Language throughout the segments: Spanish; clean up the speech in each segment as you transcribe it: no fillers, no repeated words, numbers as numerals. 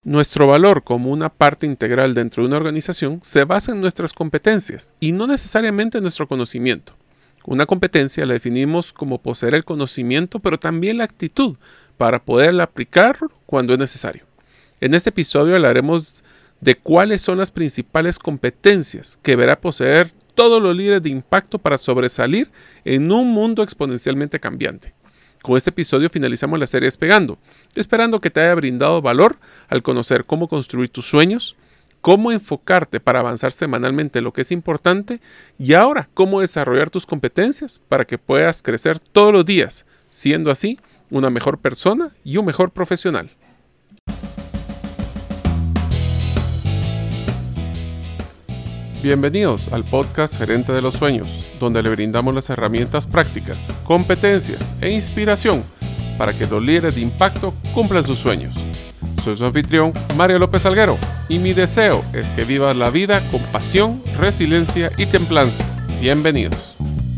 Nuestro valor como una parte integral dentro de una organización se basa en nuestras competencias y no necesariamente en nuestro conocimiento. Una competencia la definimos como poseer el conocimiento, pero también la actitud para poder aplicarlo cuando es necesario. En este episodio hablaremos de cuáles son las principales competencias que deberá poseer todos los líderes de impacto para sobresalir en un mundo exponencialmente cambiante. Con este episodio finalizamos la serie Despegando, esperando que te haya brindado valor al conocer cómo construir tus sueños, cómo enfocarte para avanzar semanalmente en lo que es importante y ahora cómo desarrollar tus competencias para que puedas crecer todos los días, siendo así una mejor persona y un mejor profesional. Bienvenidos al podcast Gerente de los Sueños, donde le brindamos las herramientas prácticas, competencias e inspiración para que los líderes de impacto cumplan sus sueños. Soy su anfitrión, Mario López Salguero, y mi deseo es que vivas la vida con pasión, resiliencia y templanza. Bienvenidos.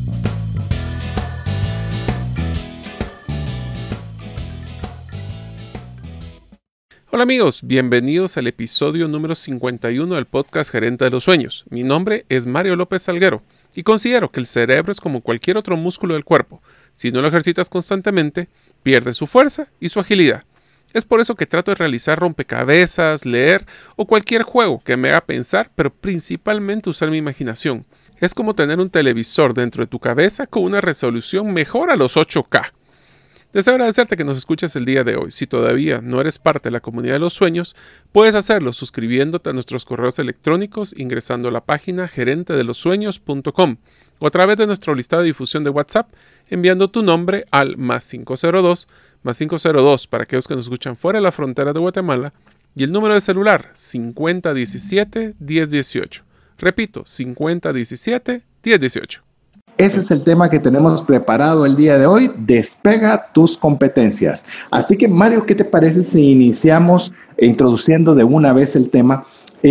Hola amigos, bienvenidos al episodio número 51 del podcast Gerente de los Sueños. Mi nombre es Mario López Salguero y considero que el cerebro es como cualquier otro músculo del cuerpo. Si no lo ejercitas constantemente, pierde su fuerza y su agilidad. Es por eso que trato de realizar rompecabezas, leer o cualquier juego que me haga pensar, pero principalmente usar mi imaginación. Es como tener un televisor dentro de tu cabeza con una resolución mejor a los 8K. Deseo agradecerte que nos escuches el día de hoy. Si todavía no eres parte de la comunidad de los sueños, puedes hacerlo suscribiéndote a nuestros correos electrónicos ingresando a la página gerentedelosueños.com o a través de nuestro listado de difusión de WhatsApp enviando tu nombre al +502 para aquellos que nos escuchan fuera de la frontera de Guatemala y el número de celular 5017-1018. Repito, 5017-1018. Ese es el tema que tenemos preparado el día de hoy, despega tus competencias. Así que Mario, ¿qué te parece si iniciamos introduciendo de una vez el tema,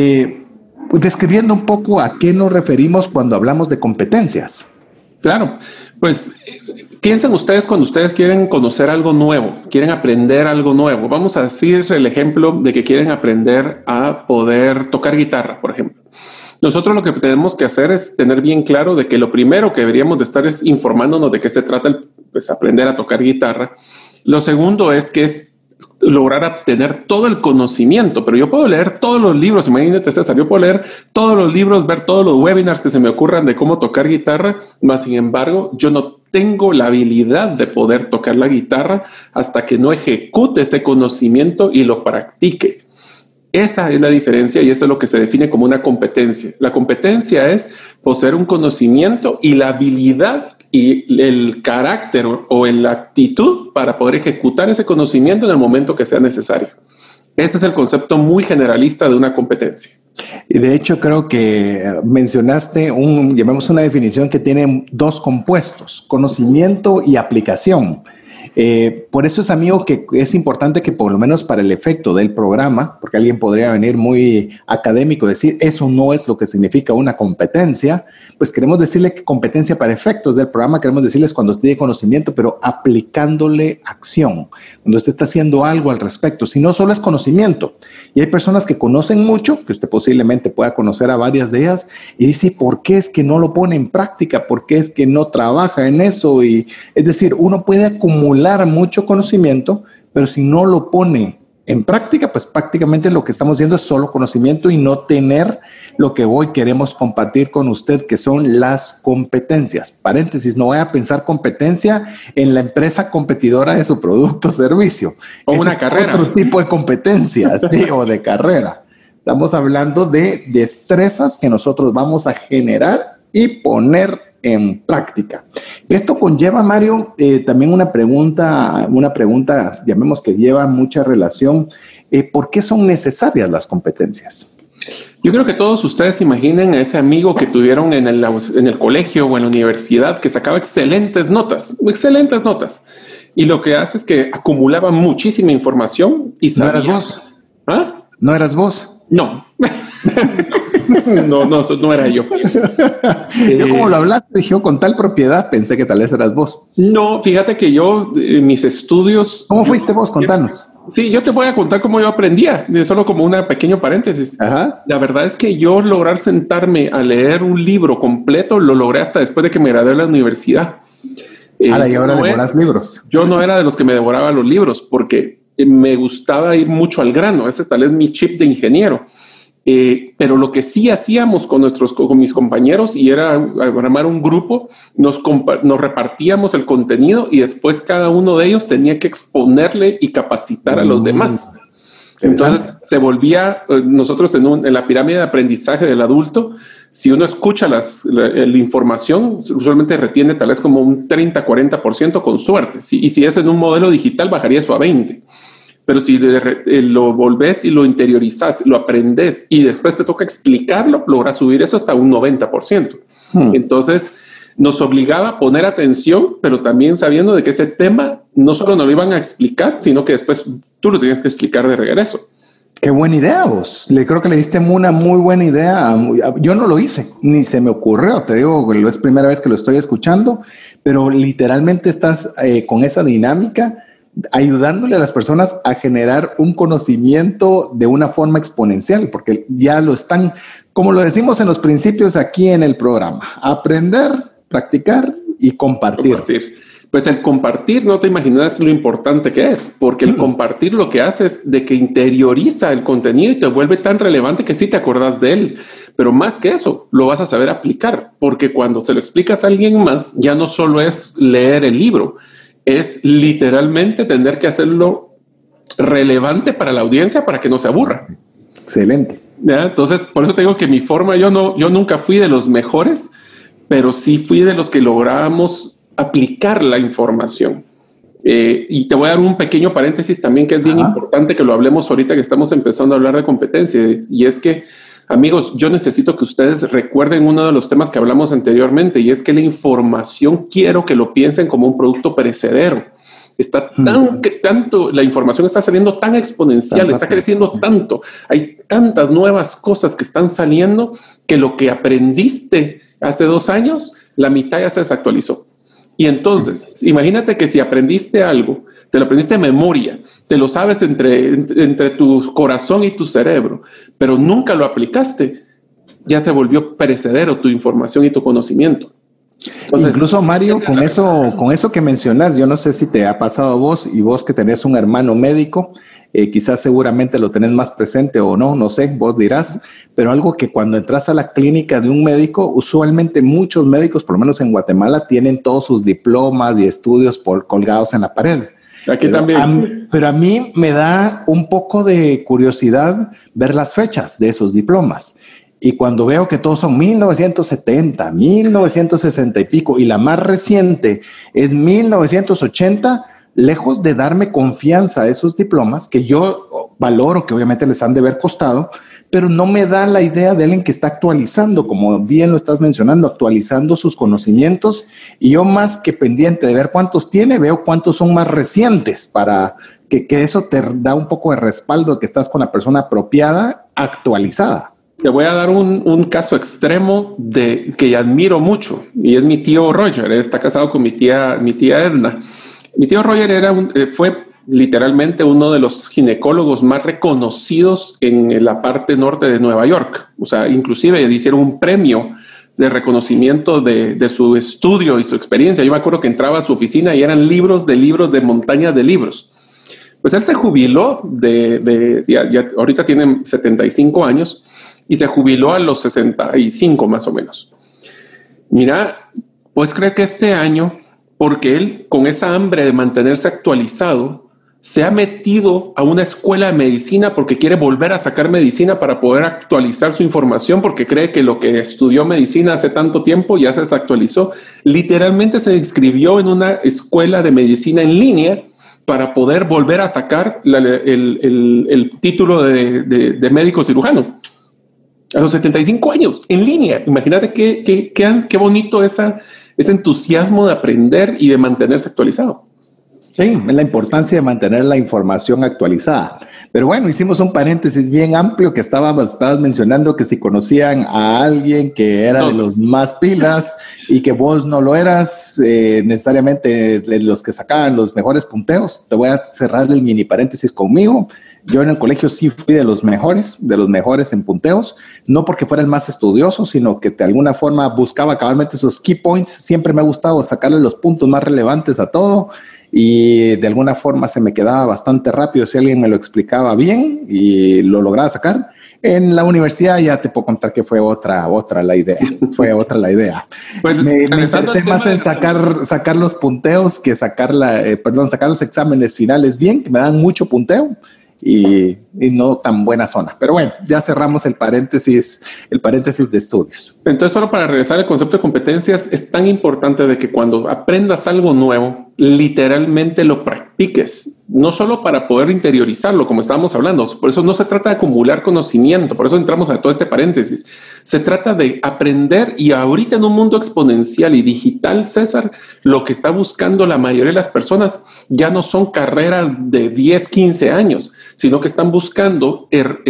describiendo un poco a qué nos referimos cuando hablamos de competencias? Claro, pues piensen ustedes cuando ustedes quieren conocer algo nuevo, quieren aprender algo nuevo. Vamos a decir el ejemplo de que quieren aprender a poder tocar guitarra, por ejemplo. Nosotros lo que tenemos que hacer es tener bien claro de que lo primero que deberíamos de estar es informándonos de qué se trata pues, aprender a tocar guitarra. Lo segundo es que es lograr obtener todo el conocimiento, pero yo puedo leer todos los libros, imagínate César, yo puedo leer todos los libros, ver todos los webinars que se me ocurran de cómo tocar guitarra, más sin embargo, yo no tengo la habilidad de poder tocar la guitarra hasta que no ejecute ese conocimiento y lo practique. Esa es la diferencia y eso es lo que se define como una competencia. La competencia es poseer un conocimiento y la habilidad y el carácter o la actitud para poder ejecutar ese conocimiento en el momento que sea necesario. Ese es el concepto muy generalista de una competencia. Y de hecho creo que mencionaste llamemos una definición que tiene dos compuestos, conocimiento y aplicación. Por eso es, amigo, que es importante que por lo menos para el efecto del programa, porque alguien podría venir muy académico y decir eso no es lo que significa una competencia, pues queremos decirle que competencia para efectos del programa, queremos decirles cuando usted tiene conocimiento, pero aplicándole acción, cuando usted está haciendo algo al respecto, si no solo es conocimiento. Y hay personas que conocen mucho, que usted posiblemente pueda conocer a varias de ellas, y dice, ¿por qué es que no lo pone en práctica? ¿Por qué es que no trabaja en eso? Y es decir, uno puede acumular mucho conocimiento, pero si no lo pone en práctica, pues prácticamente lo que estamos haciendo es solo conocimiento y no tener lo que hoy queremos compartir con usted, que son las competencias. Paréntesis, no vaya a pensar competencia en la empresa competidora de su producto o servicio. O una carrera. Otro tipo de competencia, sí, o de carrera. Estamos hablando de destrezas que nosotros vamos a generar y poner en práctica. Esto conlleva, Mario, también una pregunta, llamemos que lleva mucha relación. ¿Por qué son necesarias las competencias? Yo creo que todos ustedes imaginen a ese amigo que tuvieron en el colegio o en la universidad que sacaba excelentes notas. Y lo que hace es que acumulaba muchísima información y sabía. ¿No eras vos? ¿Ah? ¿No eras vos? No. No era yo. Yo como lo hablaste, dije, con tal propiedad, pensé que tal vez eras vos. No, fíjate que yo, mis estudios... ¿Cómo fuiste vos? Contanos. Sí, yo te voy a contar cómo yo aprendía, solo como una pequeño paréntesis. Ajá. La verdad es que yo lograr sentarme a leer un libro completo lo logré hasta después de que me gradué de la universidad. Y ahora devoras libros. Yo no era de los que me devoraba los libros porque me gustaba ir mucho al grano. Ese tal vez mi chip de ingeniero. Pero lo que sí hacíamos con mis compañeros y era armar un grupo, nos repartíamos el contenido y después cada uno de ellos tenía que exponerle y capacitar a los demás. Entonces se volvía, nosotros en la pirámide de aprendizaje del adulto, si uno escucha la información, usualmente retiene tal vez como un 30-40% con suerte. Y si es en un modelo digital, bajaría eso a 20%. Pero si lo volvés y lo interiorizás, lo aprendes y después te toca explicarlo, logras subir eso hasta un 90%. Entonces nos obligaba a poner atención, pero también sabiendo de que ese tema no solo nos lo iban a explicar, sino que después tú lo tenías que explicar de regreso. Qué buena idea vos. Creo que le diste una muy buena idea. Yo no lo hice, ni se me ocurrió. Te digo, es primera vez que lo estoy escuchando, pero literalmente estás con esa dinámica ayudándole a las personas a generar un conocimiento de una forma exponencial, porque ya lo están, como lo decimos en los principios aquí en el programa, aprender, practicar y compartir. Pues el compartir, no te imaginas lo importante que es, porque el compartir lo que hace es de que interioriza el contenido y te vuelve tan relevante que sí te acordás de él. Pero más que eso, lo vas a saber aplicar, porque cuando se lo explicas a alguien más, ya no solo es leer el libro, es literalmente tener que hacerlo relevante para la audiencia para que no se aburra. Excelente. ¿Ya? Entonces, por eso te digo que mi forma, yo nunca fui de los mejores, pero sí fui de los que lográbamos aplicar la información. Y te voy a dar un pequeño paréntesis también que es bien importante que lo hablemos ahorita que estamos empezando a hablar de competencia. Y es que, amigos, yo necesito que ustedes recuerden uno de los temas que hablamos anteriormente y es que la información quiero que lo piensen como un producto perecedero. Está tanto, la información está saliendo tan exponencial, está creciendo tanto. Hay tantas nuevas cosas que están saliendo que lo que aprendiste hace 2 años, la mitad ya se desactualizó. Y entonces, imagínate que si aprendiste algo, te lo aprendiste de memoria, te lo sabes entre tu corazón y tu cerebro, pero nunca lo aplicaste, ya se volvió perecedero tu información y tu conocimiento. Entonces, incluso Mario, con eso que mencionas, yo no sé si te ha pasado a vos y vos que tenés un hermano médico, quizás seguramente lo tenés más presente o no, no sé, vos dirás, pero algo que cuando entras a la clínica de un médico, usualmente muchos médicos, por lo menos en Guatemala, tienen todos sus diplomas y estudios colgados en la pared. Aquí también. Pero a mí me da un poco de curiosidad ver las fechas de esos diplomas. Y cuando veo que todos son 1970, 1960 y pico, y la más reciente es 1980, lejos de darme confianza a esos diplomas, que yo valoro, que obviamente les han de haber costado, pero no me da la idea de alguien que está actualizando, como bien lo estás mencionando, actualizando sus conocimientos. Y yo más que pendiente de ver cuántos tiene, veo cuántos son más recientes para que eso te da un poco de respaldo de que estás con la persona apropiada, actualizada. Te voy a dar un caso extremo que admiro mucho y es mi tío Roger. Está casado con mi tía Edna. Mi tío Roger fue literalmente uno de los ginecólogos más reconocidos en la parte norte de Nueva York. O sea, inclusive le hicieron un premio de reconocimiento de su estudio y su experiencia. Yo me acuerdo que entraba a su oficina y eran libros de montañas de libros. Pues él se jubiló ahorita tiene 75 años y se jubiló a los 65 más o menos. Mira, puedes creer que este año, porque él con esa hambre de mantenerse actualizado, se ha metido a una escuela de medicina porque quiere volver a sacar medicina para poder actualizar su información porque cree que lo que estudió medicina hace tanto tiempo ya se desactualizó. Literalmente se inscribió en una escuela de medicina en línea para poder volver a sacar el título de médico cirujano. A los 75 años, en línea. Imagínate qué bonito ese entusiasmo de aprender y de mantenerse actualizado. Sí, es la importancia de mantener la información actualizada. Pero bueno, hicimos un paréntesis bien amplio que estabas mencionando que si conocían a alguien que era de los más pilas y que vos no lo eras necesariamente de los que sacaban los mejores punteos, te voy a cerrar el mini paréntesis conmigo. Yo en el colegio sí fui de los mejores en punteos, no porque fuera el más estudioso, sino que de alguna forma buscaba cabalmente esos key points. Siempre me ha gustado sacarle los puntos más relevantes a todo y de alguna forma se me quedaba bastante rápido si alguien me lo explicaba bien y lo lograba sacar. En la universidad ya te puedo contar que fue otra la idea. Fue otra la idea. Pues, me interesé más en sacar los punteos que sacar los exámenes finales bien, que me dan mucho punteo. Y no tan buena zona. Pero bueno, ya cerramos el paréntesis de estudios. Entonces, solo para regresar al concepto de competencias, es tan importante de que cuando aprendas algo nuevo, literalmente lo practiques, no solo para poder interiorizarlo, como estábamos hablando. Por eso no se trata de acumular conocimiento, por eso entramos a todo este paréntesis. Se trata de aprender, y ahorita en un mundo exponencial y digital, César, lo que está buscando la mayoría de las personas ya no son carreras de 10, 15 años, sino que están buscando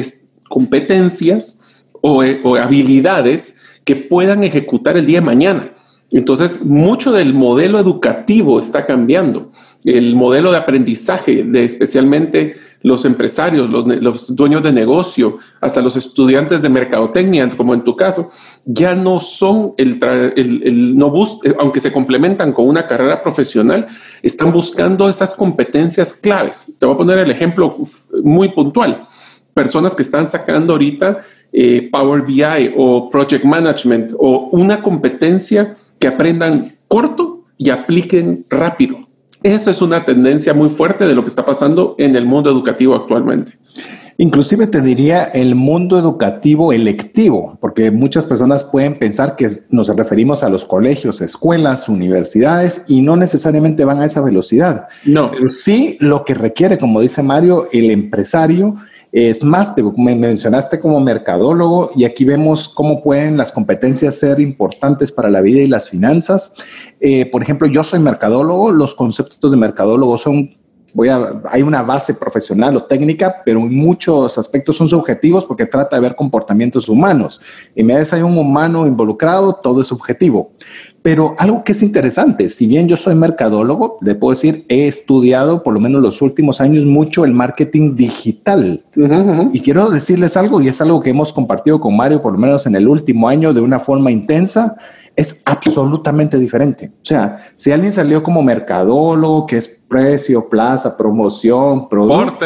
competencias o habilidades que puedan ejecutar el día de mañana. Entonces, mucho del modelo educativo está cambiando. El modelo de aprendizaje de especialmente los empresarios, los dueños de negocio, hasta los estudiantes de mercadotecnia, como en tu caso, ya no son aunque se complementan con una carrera profesional, están buscando esas competencias claves. Te voy a poner el ejemplo muy puntual. Personas que están sacando ahorita Power BI o Project Management o una competencia que aprendan corto y apliquen rápido. Esa es una tendencia muy fuerte de lo que está pasando en el mundo educativo actualmente. Inclusive te diría el mundo educativo electivo, porque muchas personas pueden pensar que nos referimos a los colegios, escuelas, universidades y no necesariamente van a esa velocidad. No. Pero sí lo que requiere, como dice Mario, el empresario. Es más, me mencionaste como mercadólogo y aquí vemos cómo pueden las competencias ser importantes para la vida y las finanzas. Por ejemplo, yo soy mercadólogo, los conceptos de mercadólogo hay una base profesional o técnica, pero en muchos aspectos son subjetivos porque trata de ver comportamientos humanos. Y me hay un humano involucrado, todo es subjetivo. Pero algo que es interesante, si bien yo soy mercadólogo, le puedo decir, he estudiado por lo menos los últimos años mucho el marketing digital. Y quiero decirles algo, y es algo que hemos compartido con Mario por lo menos en el último año de una forma intensa, es absolutamente diferente. O sea, si alguien salió como mercadólogo, que es precio, plaza, promoción, producto,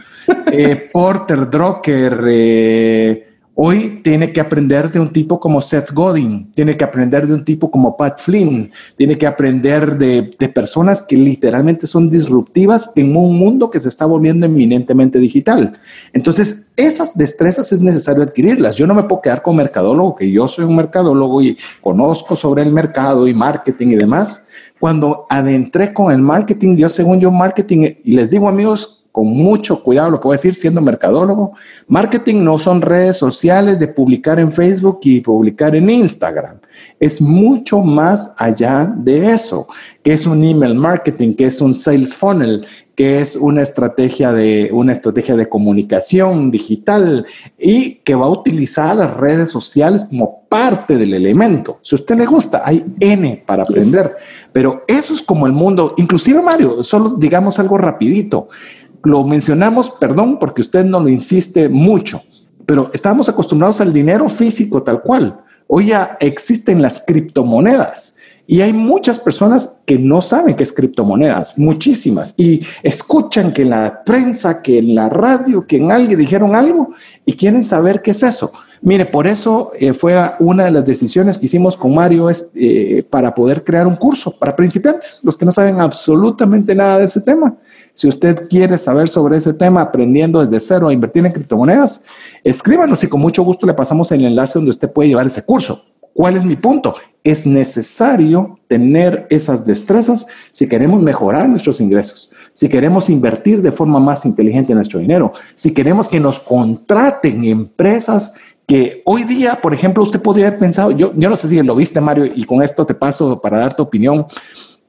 Porter, Drucker, hoy tiene que aprender de un tipo como Seth Godin, tiene que aprender de un tipo como Pat Flynn, tiene que aprender de personas que literalmente son disruptivas en un mundo que se está volviendo eminentemente digital. Entonces, esas destrezas es necesario adquirirlas. Yo no me puedo quedar con mercadólogo, que yo soy un mercadólogo y conozco sobre el mercado y marketing y demás. Cuando adentré con el marketing, según yo marketing, y les digo amigos, con mucho cuidado lo que voy a decir siendo mercadólogo, marketing no son redes sociales de publicar en Facebook y publicar en Instagram. Es mucho más allá de eso, que es un email marketing, que es un sales funnel, que es una estrategia de comunicación digital y que va a utilizar las redes sociales como parte del elemento. Si a usted le gusta, hay N para aprender, pero eso es como el mundo. Inclusive Mario, solo digamos algo rapidito. Lo mencionamos, perdón, porque usted no lo insiste mucho, pero estábamos acostumbrados al dinero físico tal cual. Hoy ya existen las criptomonedas y hay muchas personas que no saben qué es criptomonedas, muchísimas, y escuchan que en la prensa, que en la radio, que en alguien dijeron algo y quieren saber qué es eso. Mire, por eso fue una de las decisiones que hicimos con Mario para poder crear un curso para principiantes, los que no saben absolutamente nada de ese tema. Si usted quiere saber sobre ese tema, aprendiendo desde cero a invertir en criptomonedas, escríbanos y con mucho gusto le pasamos el enlace donde usted puede llevar ese curso. ¿Cuál es mi punto? Es necesario tener esas destrezas si queremos mejorar nuestros ingresos, si queremos invertir de forma más inteligente nuestro dinero, si queremos que nos contraten empresas que hoy día, por ejemplo, usted podría haber pensado, yo no sé si lo viste, Mario, y con esto te paso para dar tu opinión.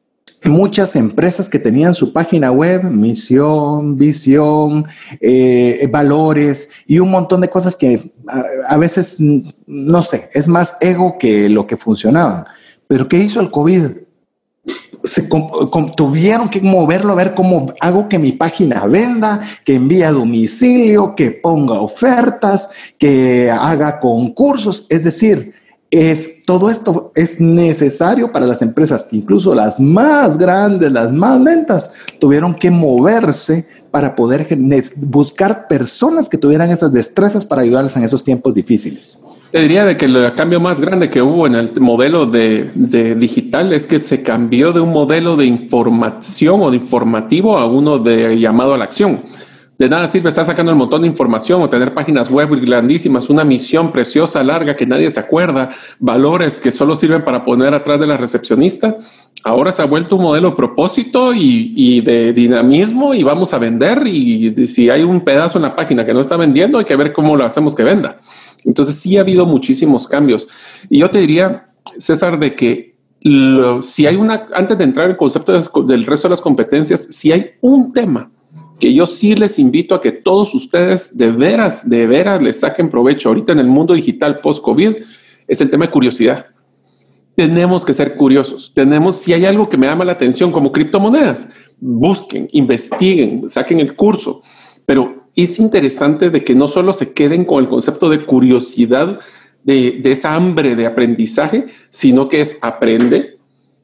muchas empresas que tenían su página web, misión, visión, valores y un montón de cosas que a veces, no sé, es más ego que lo que funcionaban. Pero ¿qué hizo el COVID? Tuvieron que moverlo a ver cómo hago que mi página venda, que envíe a domicilio, que ponga ofertas, que haga concursos. Es decir, todo esto es necesario para las empresas, incluso las más grandes, las más lentas, tuvieron que moverse para poder buscar personas que tuvieran esas destrezas para ayudarles en esos tiempos difíciles. Te diría de que el cambio más grande que hubo en el modelo de digital es que se cambió de un modelo de información o de informativo a uno de llamado a la acción. De nada sirve estar sacando un montón de información o tener páginas web grandísimas, una misión preciosa, larga, que nadie se acuerda, valores que solo sirven para poner atrás de la recepcionista. Ahora se ha vuelto un modelo de propósito y de dinamismo y vamos a vender. Y si hay un pedazo en la página que no está vendiendo, hay que ver cómo lo hacemos que venda. Entonces sí ha habido muchísimos cambios. Y yo te diría, César, de que si hay antes de entrar en el concepto del resto de las competencias, si hay un tema que yo sí les invito a que todos ustedes de veras les saquen provecho ahorita en el mundo digital post-COVID, es el tema de curiosidad. Tenemos que ser curiosos. Si hay algo que me llama la atención como criptomonedas, busquen, investiguen, saquen el curso. Pero es interesante de que no solo se queden con el concepto de curiosidad, de esa hambre de aprendizaje, sino que es aprende,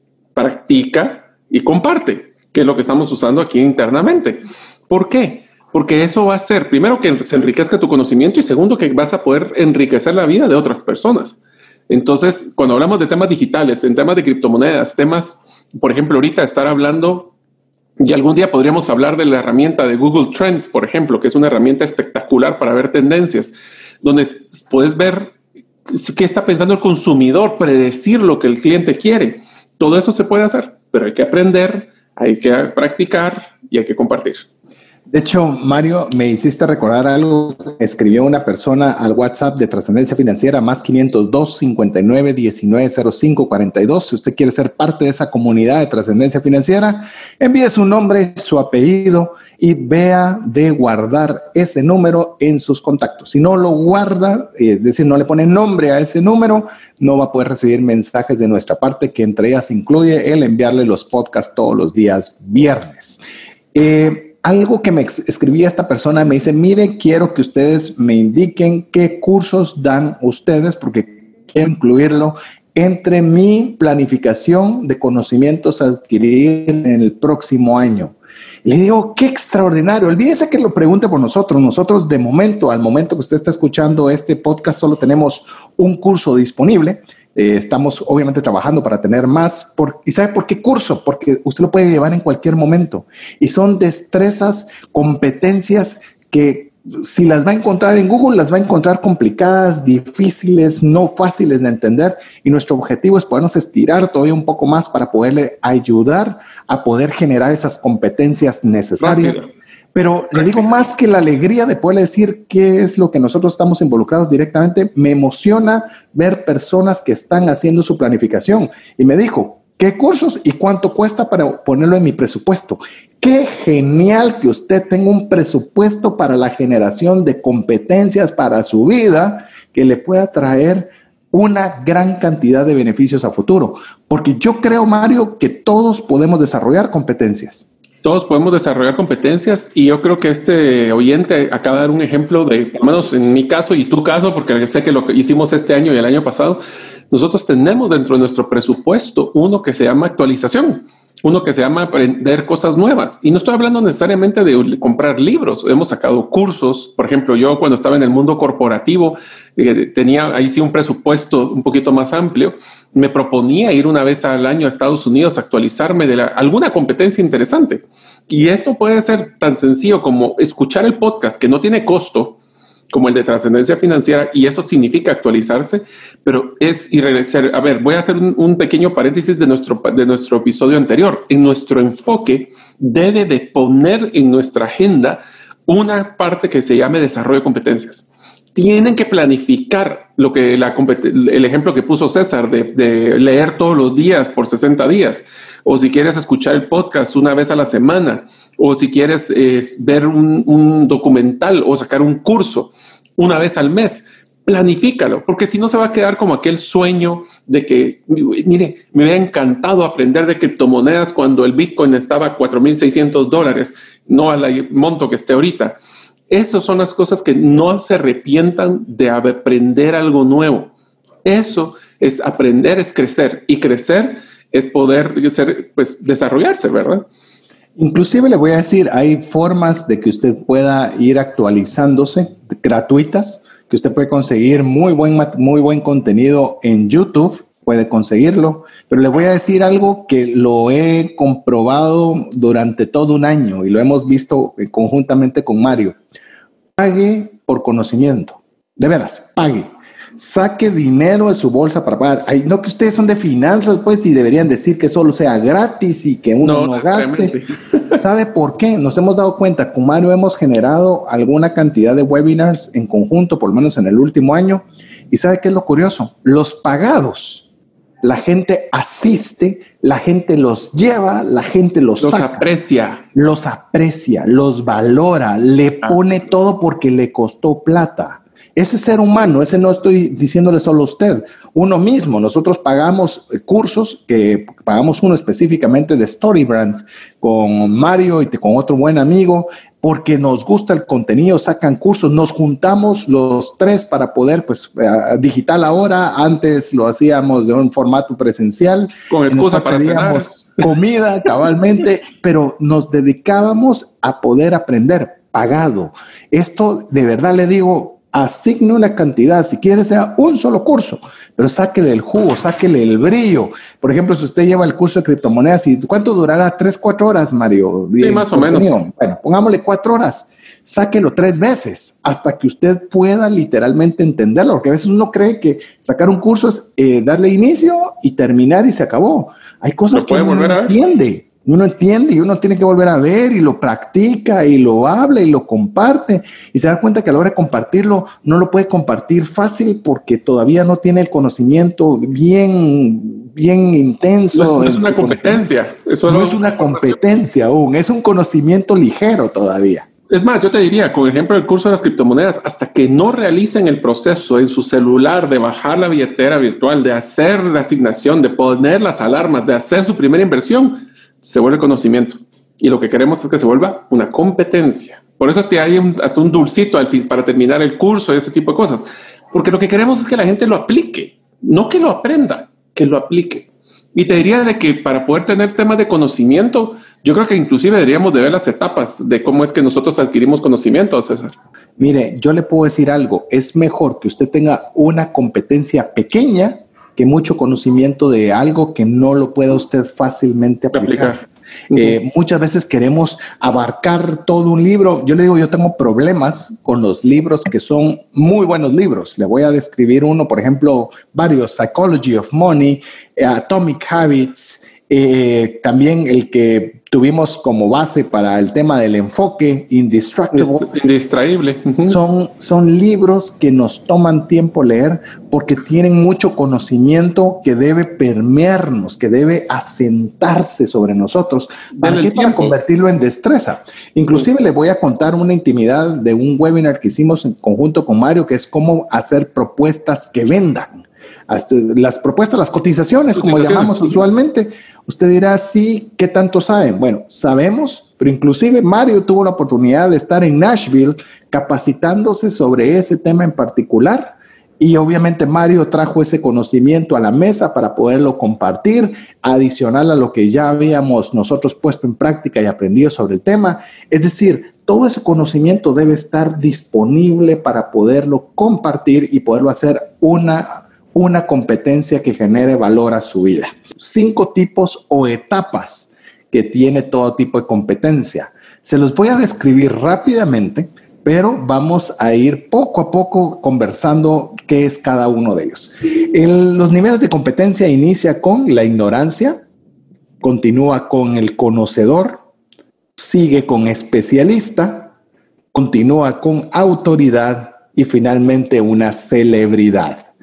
practica y comparte, que es lo que estamos usando aquí internamente. ¿Por qué? Porque eso va a hacer, primero, que se enriquezca tu conocimiento y segundo, que vas a poder enriquecer la vida de otras personas. Entonces, cuando hablamos de temas digitales, en temas de criptomonedas, temas, por ejemplo, ahorita estar hablando, y algún día podríamos hablar de la herramienta de Google Trends, por ejemplo, que es una herramienta espectacular para ver tendencias, donde puedes ver qué está pensando el consumidor, predecir lo que el cliente quiere. Todo eso se puede hacer, pero hay que aprender, hay que practicar y hay que compartir. De hecho, Mario, me hiciste recordar algo que escribió una persona al WhatsApp de Trascendencia Financiera, más 502 59 19 05 42. Si usted quiere ser parte de esa comunidad de Trascendencia Financiera, envíe su nombre, su apellido y vea de guardar ese número en sus contactos. Si no lo guarda, es decir, no le pone nombre a ese número, no va a poder recibir mensajes de nuestra parte, que entre ellas incluye el enviarle los podcasts todos los días viernes. Algo que me escribía esta persona, me dice, mire, quiero que ustedes me indiquen qué cursos dan ustedes, porque quiero incluirlo entre mi planificación de conocimientos a adquirir en el próximo año. Le digo, qué extraordinario. Olvídese que lo pregunte por nosotros. Nosotros de momento, al momento que usted está escuchando este podcast, solo tenemos un curso disponible. Estamos obviamente trabajando para tener más. ¿Y sabe por qué curso? Porque usted lo puede llevar en cualquier momento. Y son destrezas, competencias que si las va a encontrar en Google, las va a encontrar complicadas, difíciles, no fáciles de entender. Y nuestro objetivo es podernos estirar todavía un poco más para poderle ayudar a poder generar esas competencias necesarias. Rápido. Pero le digo, más que la alegría de poderle decir qué es lo que nosotros estamos involucrados directamente, me emociona ver personas que están haciendo su planificación. Y me dijo, ¿qué cursos y cuánto cuesta para ponerlo en mi presupuesto? Qué genial que usted tenga un presupuesto para la generación de competencias para su vida que le pueda traer una gran cantidad de beneficios a futuro. Porque yo creo, Mario, que todos podemos desarrollar competencias. Todos podemos desarrollar competencias y yo creo que este oyente acaba de dar un ejemplo de, por lo menos en mi caso y tu caso, porque sé que lo que hicimos este año y el año pasado, nosotros tenemos dentro de nuestro presupuesto uno que se llama actualización, uno que se llama aprender cosas nuevas. Y no estoy hablando necesariamente de comprar libros. Hemos sacado cursos. Por ejemplo, yo cuando estaba en el mundo corporativo, tenía ahí sí un presupuesto un poquito más amplio. Me proponía ir una vez al año a Estados Unidos a actualizarme de alguna competencia interesante. Y esto puede ser tan sencillo como escuchar el podcast, que no tiene costo, como el de Trascendencia Financiera, y eso significa actualizarse, pero y regresar. A ver, voy a hacer un pequeño paréntesis de nuestro episodio anterior. En nuestro enfoque debe de poner en nuestra agenda una parte que se llame desarrollo de competencias. Tienen que planificar el ejemplo que puso César de leer todos los días por 60 días, o si quieres escuchar el podcast una vez a la semana, o si quieres ver un documental o sacar un curso una vez al mes. Planifícalo, porque si no se va a quedar como aquel sueño de que, mire, me hubiera encantado aprender de criptomonedas cuando el Bitcoin estaba a $4,600, no al monto que esté ahorita. Esas son las cosas que no se arrepientan de aprender algo nuevo. Eso es aprender, es crecer, y crecer es poder desarrollarse, ¿verdad? Inclusive le voy a decir, hay formas de que usted pueda ir actualizándose, gratuitas, que usted puede conseguir muy buen contenido en YouTube, puede conseguirlo, pero le voy a decir algo que lo he comprobado durante todo un año y lo hemos visto conjuntamente con Mario. Pague por conocimiento, de veras, pague. Saque dinero de su bolsa para pagar. Ay, no que ustedes son de finanzas, pues, y deberían decir que solo sea gratis y que uno no gaste. ¿Sabe por qué? Nos hemos dado cuenta, con Mario hemos generado alguna cantidad de webinars en conjunto, por lo menos en el último año. ¿Y sabe qué es lo curioso? Los pagados, la gente asiste, la gente los lleva, la gente los saca. Los aprecia, los valora, le pone todo porque le costó plata. Ese ser humano, ese no estoy diciéndole solo a usted, uno mismo. Nosotros pagamos cursos, que pagamos uno específicamente de StoryBrand con Mario y con otro buen amigo, porque nos gusta el contenido, sacan cursos, nos juntamos los tres para poder, digital ahora, antes lo hacíamos de un formato presencial. Con excusa para cenar. Comida, cabalmente, pero nos dedicábamos a poder aprender pagado. Esto, de verdad le digo, asigne una cantidad, si quiere sea un solo curso, pero sáquele el jugo, sáquele el brillo. Por ejemplo, si usted lleva el curso de criptomonedas, ¿y cuánto durará? 3-4 horas, Mario. Sí, más o menos. Bueno, pongámosle 4 horas. Sáquelo 3 veces hasta que usted pueda literalmente entenderlo, porque a veces uno cree que sacar un curso es darle inicio y terminar y se acabó. Hay cosas que uno no entiende. Uno entiende y uno tiene que volver a ver y lo practica y lo habla y lo comparte y se da cuenta que a la hora de compartirlo no lo puede compartir fácil porque todavía no tiene el conocimiento bien intenso. No es una competencia. No es una competencia aún, es un conocimiento ligero todavía. Es más, yo te diría, con el ejemplo del curso de las criptomonedas, hasta que no realicen el proceso en su celular de bajar la billetera virtual, de hacer la asignación, de poner las alarmas, de hacer su primera inversión, se vuelve conocimiento. Y lo que queremos es que se vuelva una competencia. Por eso hay hasta un dulcito al fin para terminar el curso y ese tipo de cosas. Porque lo que queremos es que la gente lo aplique, no que lo aprenda, que lo aplique. Y te diría de que para poder tener temas de conocimiento, yo creo que inclusive deberíamos de ver las etapas de cómo es que nosotros adquirimos conocimiento, César. Mire, yo le puedo decir algo. Es mejor que usted tenga una competencia pequeña que mucho conocimiento de algo que no lo pueda usted fácilmente aplicar. Muchas veces queremos abarcar todo un libro. Yo le digo, yo tengo problemas con los libros que son muy buenos libros. Le voy a describir uno, por ejemplo, varios: Psychology of Money, Atomic Habits, también el que tuvimos como base para el tema del enfoque, Indistraíble. Son libros que nos toman tiempo leer porque tienen mucho conocimiento que debe permearnos, que debe asentarse sobre nosotros. ¿Para qué? Para convertirlo en destreza. Inclusive le voy a contar una intimidad de un webinar que hicimos en conjunto con Mario, que es cómo hacer propuestas que vendan. Las propuestas, las cotizaciones, como llamamos usualmente. Usted dirá, sí, ¿qué tanto saben? Bueno, sabemos, pero inclusive Mario tuvo la oportunidad de estar en Nashville capacitándose sobre ese tema en particular. Y obviamente Mario trajo ese conocimiento a la mesa para poderlo compartir, adicional a lo que ya habíamos nosotros puesto en práctica y aprendido sobre el tema. Es decir, todo ese conocimiento debe estar disponible para poderlo compartir y poderlo hacer una competencia que genere valor a su vida. 5 tipos o etapas que tiene todo tipo de competencia. Se los voy a describir rápidamente, pero vamos a ir poco a poco conversando qué es cada uno de ellos. Los niveles de competencia inicia con la ignorancia, continúa con el conocedor, sigue con especialista, continúa con autoridad y finalmente una celebridad.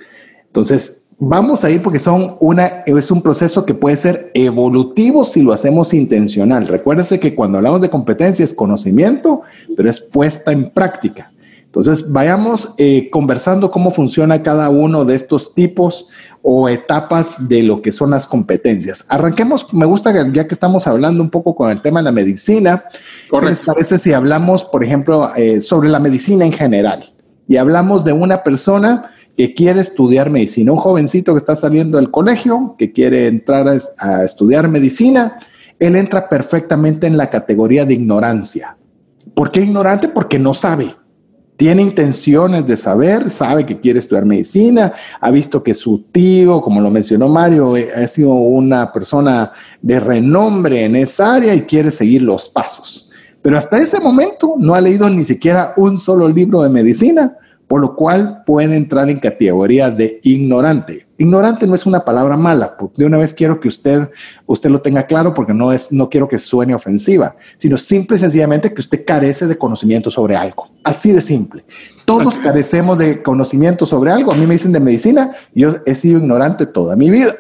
Entonces, vamos a ir porque es un proceso que puede ser evolutivo si lo hacemos intencional. Recuérdese que cuando hablamos de competencia es conocimiento, pero es puesta en práctica. Entonces, vayamos conversando cómo funciona cada uno de estos tipos o etapas de lo que son las competencias. Arranquemos, me gusta ya que estamos hablando un poco con el tema de la medicina. Correcto. ¿Qué les parece si hablamos, por ejemplo, sobre la medicina en general? Y hablamos de una persona que quiere estudiar medicina, un jovencito que está saliendo del colegio, que quiere entrar a estudiar medicina. Él entra perfectamente en la categoría de ignorancia. ¿Por qué ignorante? Porque no sabe. Tiene intenciones de saber, sabe que quiere estudiar medicina, ha visto que su tío, como lo mencionó Mario, ha sido una persona de renombre en esa área y quiere seguir los pasos. Pero hasta ese momento no ha leído ni siquiera un solo libro de medicina, por lo cual puede entrar en categoría de ignorante. Ignorante no es una palabra mala, de una vez quiero que usted lo tenga claro porque no quiero que suene ofensiva, sino simple y sencillamente que usted carece de conocimiento sobre algo. Así de simple. Todos carecemos de conocimiento sobre algo. A mí me dicen de medicina, yo he sido ignorante toda mi vida.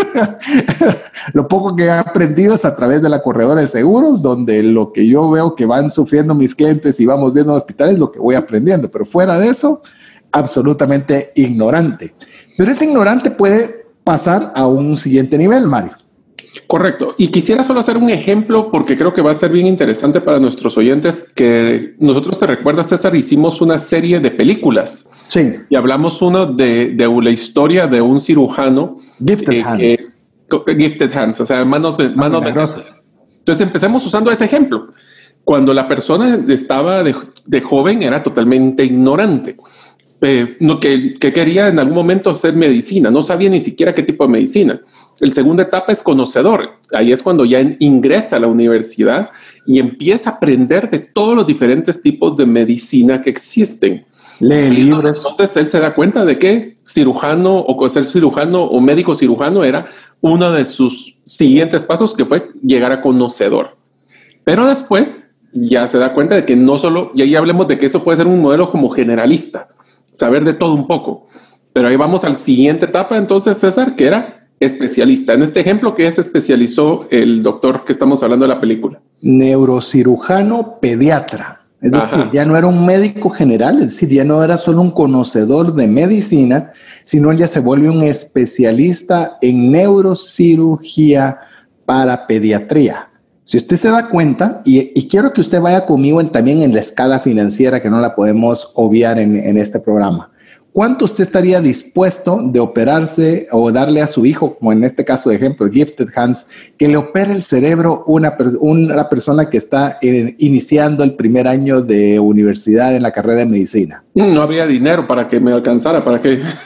Lo poco que he aprendido es a través de la corredora de seguros, donde lo que yo veo que van sufriendo mis clientes y vamos viendo en hospitales, lo que voy aprendiendo. Pero fuera de eso, absolutamente ignorante. Pero ese ignorante puede pasar a un siguiente nivel, Mario. Correcto. Y quisiera solo hacer un ejemplo porque creo que va a ser bien interesante para nuestros oyentes que nosotros, te recuerdas, César, hicimos una serie de películas. Sí. Y hablamos uno de la historia de un cirujano. Gifted Hands. Gifted Hands, o sea, manos milagrosas. Entonces empecemos usando ese ejemplo. Cuando la persona estaba de joven era totalmente ignorante. Que quería en algún momento hacer medicina, no sabía ni siquiera qué tipo de medicina. La segunda etapa es conocedor, ahí es cuando ya ingresa a la universidad y empieza a aprender de todos los diferentes tipos de medicina que existen. Lee libros. Entonces él se da cuenta de que cirujano o ser cirujano o médico cirujano era uno de sus siguientes pasos, que fue llegar a conocedor. Pero después ya se da cuenta de que no solo, y ahí hablemos de que eso puede ser un modelo como generalista, saber de todo un poco. Pero ahí vamos al siguiente etapa, entonces, César, que era especialista. En este ejemplo, que se especializó el doctor que estamos hablando de la película. Neurocirujano pediatra. Es decir, ya no era un médico general, es decir, ya no era solo un conocedor de medicina, sino él ya se vuelve un especialista en neurocirugía para pediatría. Si usted se da cuenta, y quiero que usted vaya conmigo también en la escala financiera, que no la podemos obviar en este programa. ¿Cuánto usted estaría dispuesto de operarse o darle a su hijo, como en este caso de ejemplo, Gifted Hands, que le opere el cerebro una persona que está iniciando el primer año de universidad en la carrera de medicina? No habría dinero para que me alcanzara, para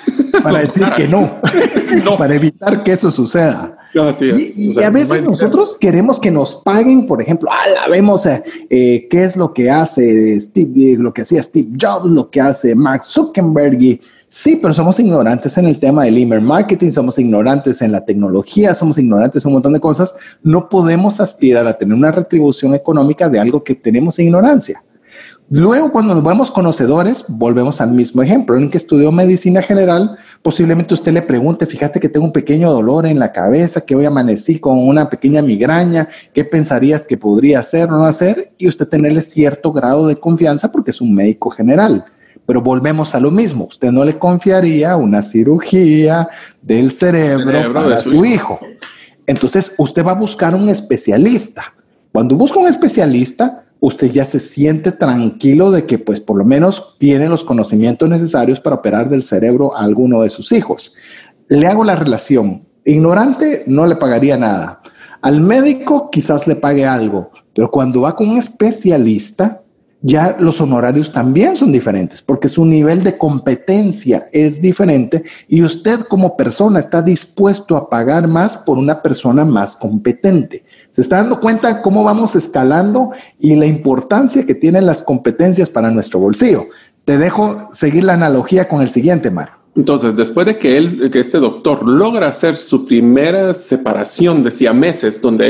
decir que no, para evitar que eso suceda. Así es. Y a veces nosotros queremos que nos paguen, por ejemplo, vemos qué es lo que hace lo que hacía Steve Jobs, lo que hace Mark Zuckerberg. Sí, pero somos ignorantes en el tema del email marketing, somos ignorantes en la tecnología, somos ignorantes en un montón de cosas. No podemos aspirar a tener una retribución económica de algo que tenemos ignorancia. Luego, cuando nos vemos conocedores, volvemos al mismo ejemplo. En que estudió medicina general, posiblemente usted le pregunte, fíjate que tengo un pequeño dolor en la cabeza, que hoy amanecí con una pequeña migraña, ¿qué pensarías que podría hacer o no hacer? Y usted tenerle cierto grado de confianza porque es un médico general. Pero volvemos a lo mismo. Usted no le confiaría una cirugía del cerebro para su hijo. Entonces, usted va a buscar un especialista. Cuando busca un especialista, usted ya se siente tranquilo de que pues por lo menos tiene los conocimientos necesarios para operar del cerebro a alguno de sus hijos. Le hago la relación. Ignorante no le pagaría nada. Al médico quizás le pague algo, pero cuando va con un especialista, ya los honorarios también son diferentes porque su nivel de competencia es diferente y usted como persona está dispuesto a pagar más por una persona más competente. ¿Se está dando cuenta cómo vamos escalando y la importancia que tienen las competencias para nuestro bolsillo? Te dejo seguir la analogía con el siguiente, Mario. Entonces, después de que este doctor logra hacer su primera separación de siameses, donde él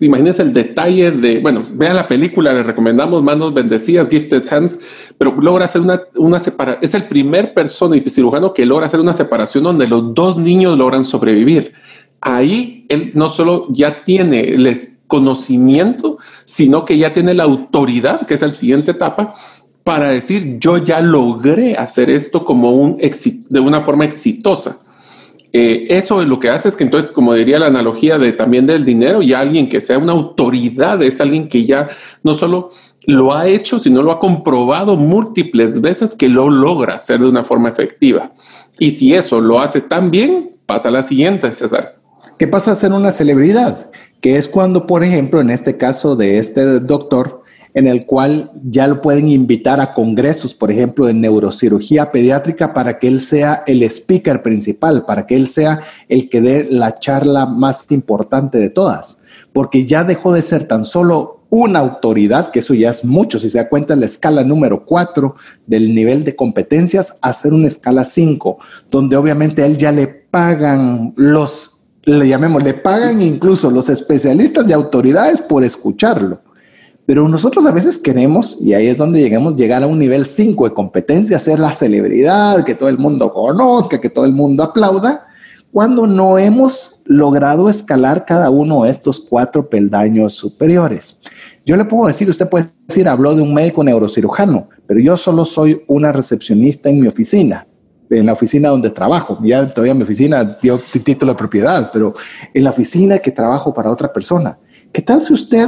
imagínense el detalle de, bueno, vean la película, les recomendamos Manos Bendecidas, Gifted Hands, pero logra hacer una separación. Es el primer persona y cirujano que logra hacer una separación donde los dos niños logran sobrevivir. Ahí él no solo ya tiene el conocimiento, sino que ya tiene la autoridad, que es la siguiente etapa, para decir, yo ya logré hacer esto como de una forma exitosa. Eso es lo que hace es que entonces, como diría la analogía también del dinero, ya alguien que sea una autoridad es alguien que ya no solo lo ha hecho, sino lo ha comprobado múltiples veces que lo logra hacer de una forma efectiva. Y si eso lo hace tan bien, pasa a la siguiente, César. ¿Qué pasa a ser una celebridad? Que es cuando, por ejemplo, en este caso de este doctor, en el cual ya lo pueden invitar a congresos, por ejemplo, de neurocirugía pediátrica, para que él sea el speaker principal, para que él sea el que dé la charla más importante de todas, porque ya dejó de ser tan solo una autoridad, que eso ya es mucho, si se da cuenta, la escala número 4 del nivel de competencias, a ser una escala 5, donde obviamente a él ya le pagan le pagan incluso los especialistas y autoridades por escucharlo. Pero nosotros a veces queremos, y ahí es donde llegar a un nivel 5 de competencia, ser la celebridad, que todo el mundo conozca, que todo el mundo aplauda, cuando no hemos logrado escalar cada uno de estos 4 peldaños superiores. Yo le puedo decir, usted puede decir, habló de un médico neurocirujano, pero yo solo soy una recepcionista en mi oficina, en la oficina donde trabajo. Ya todavía mi oficina dio título de propiedad, pero en la oficina que trabajo para otra persona. ¿Qué tal si usted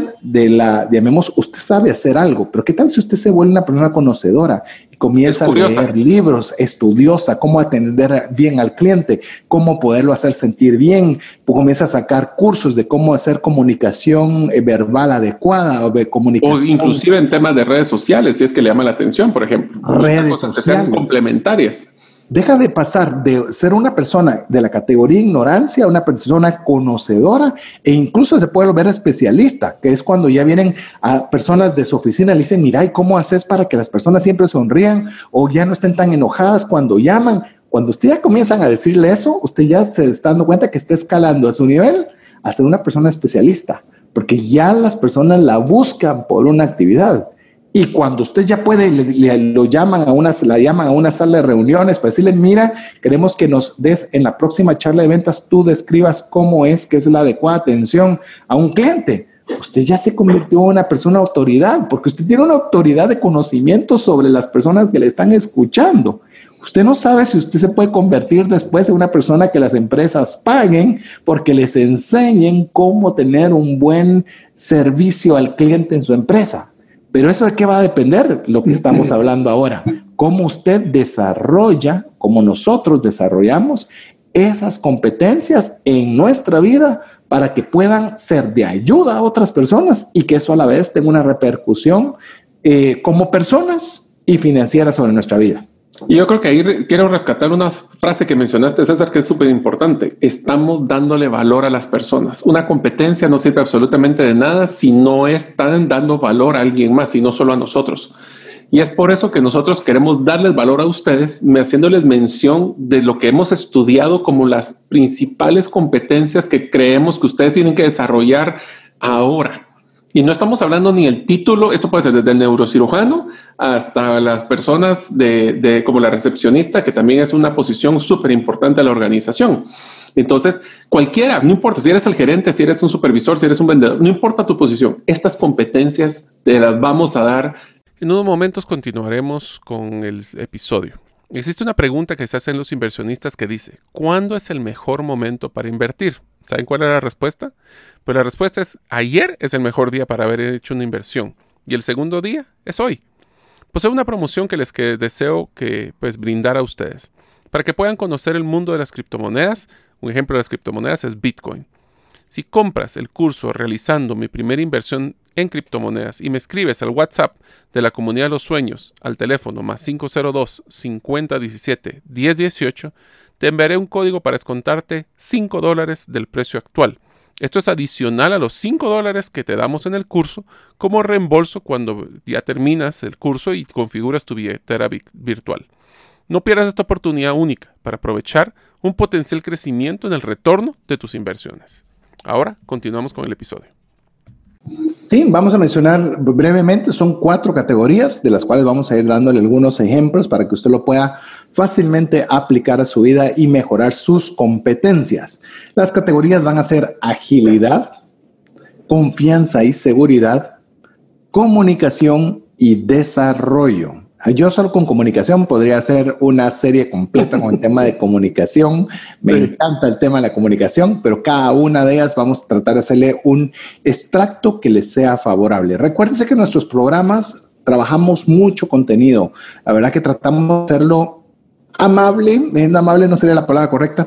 usted sabe hacer algo, pero qué tal si usted se vuelve una persona conocedora y comienza a leer libros, estudiosa, cómo atender bien al cliente, cómo poderlo hacer sentir bien, comienza a sacar cursos de cómo hacer comunicación verbal adecuada o de comunicación. O inclusive en temas de redes sociales, si es que le llama la atención, por ejemplo. Redes cosas sociales. Que sean complementarias. Deja de pasar de ser una persona de la categoría ignorancia a una persona conocedora, e incluso se puede volver especialista, que es cuando ya vienen a personas de su oficina y le dicen, mira, ¿y cómo haces para que las personas siempre sonrían o ya no estén tan enojadas cuando llaman? Cuando usted ya comienzan a decirle eso, usted ya se está dando cuenta que está escalando a su nivel a ser una persona especialista, porque ya las personas la buscan por una actividad. Y cuando usted ya puede, la llaman a una sala de reuniones para decirle, mira, queremos que nos des en la próxima charla de ventas, tú describas cómo es que es la adecuada atención a un cliente. Usted ya se convirtió en una persona autoridad, porque usted tiene una autoridad de conocimiento sobre las personas que le están escuchando. Usted no sabe si usted se puede convertir después en una persona que las empresas paguen porque les enseñen cómo tener un buen servicio al cliente en su empresa. Pero eso de qué va a depender lo que estamos hablando ahora. Cómo usted desarrolla, cómo nosotros desarrollamos esas competencias en nuestra vida para que puedan ser de ayuda a otras personas y que eso a la vez tenga una repercusión como personas y financiera sobre nuestra vida. Y yo creo que ahí quiero rescatar una frase que mencionaste, César, que es súper importante. Estamos dándole valor a las personas. Una competencia no sirve absolutamente de nada si no están dando valor a alguien más y no solo a nosotros. Y es por eso que nosotros queremos darles valor a ustedes, haciéndoles mención de lo que hemos estudiado como las principales competencias que creemos que ustedes tienen que desarrollar ahora. Y no estamos hablando ni el título, esto puede ser desde el neurocirujano hasta las personas como la recepcionista, que también es una posición súper importante a la organización. Entonces, cualquiera, no importa si eres el gerente, si eres un supervisor, si eres un vendedor, no importa tu posición, estas competencias te las vamos a dar. En unos momentos continuaremos con el episodio. Existe una pregunta que se hacen los inversionistas que dice, ¿cuándo es el mejor momento para invertir? ¿Saben cuál es la respuesta? Pues la respuesta es, ayer es el mejor día para haber hecho una inversión y el segundo día es hoy. Poseo una promoción que deseo brindar a ustedes para que puedan conocer el mundo de las criptomonedas. Un ejemplo de las criptomonedas es Bitcoin. Si compras el curso realizando mi primera inversión en criptomonedas y me escribes al WhatsApp de la Comunidad de los Sueños al teléfono más 502-5017-1018, te enviaré un código para descontarte $5 del precio actual. Esto es adicional a los $5 que te damos en el curso como reembolso cuando ya terminas el curso y configuras tu billetera virtual. No pierdas esta oportunidad única para aprovechar un potencial crecimiento en el retorno de tus inversiones. Ahora continuamos con el episodio. Sí, vamos a mencionar brevemente, son 4 categorías de las cuales vamos a ir dándole algunos ejemplos para que usted lo pueda fácilmente aplicar a su vida y mejorar sus competencias. Las categorías van a ser agilidad, confianza y seguridad, comunicación y desarrollo. Yo solo con comunicación podría hacer una serie completa con el tema de comunicación. Me encanta el tema de la comunicación, pero cada una de ellas vamos a tratar de hacerle un extracto que les sea favorable. Recuérdense que en nuestros programas trabajamos mucho contenido. La verdad que tratamos de hacerlo amable no sería la palabra correcta,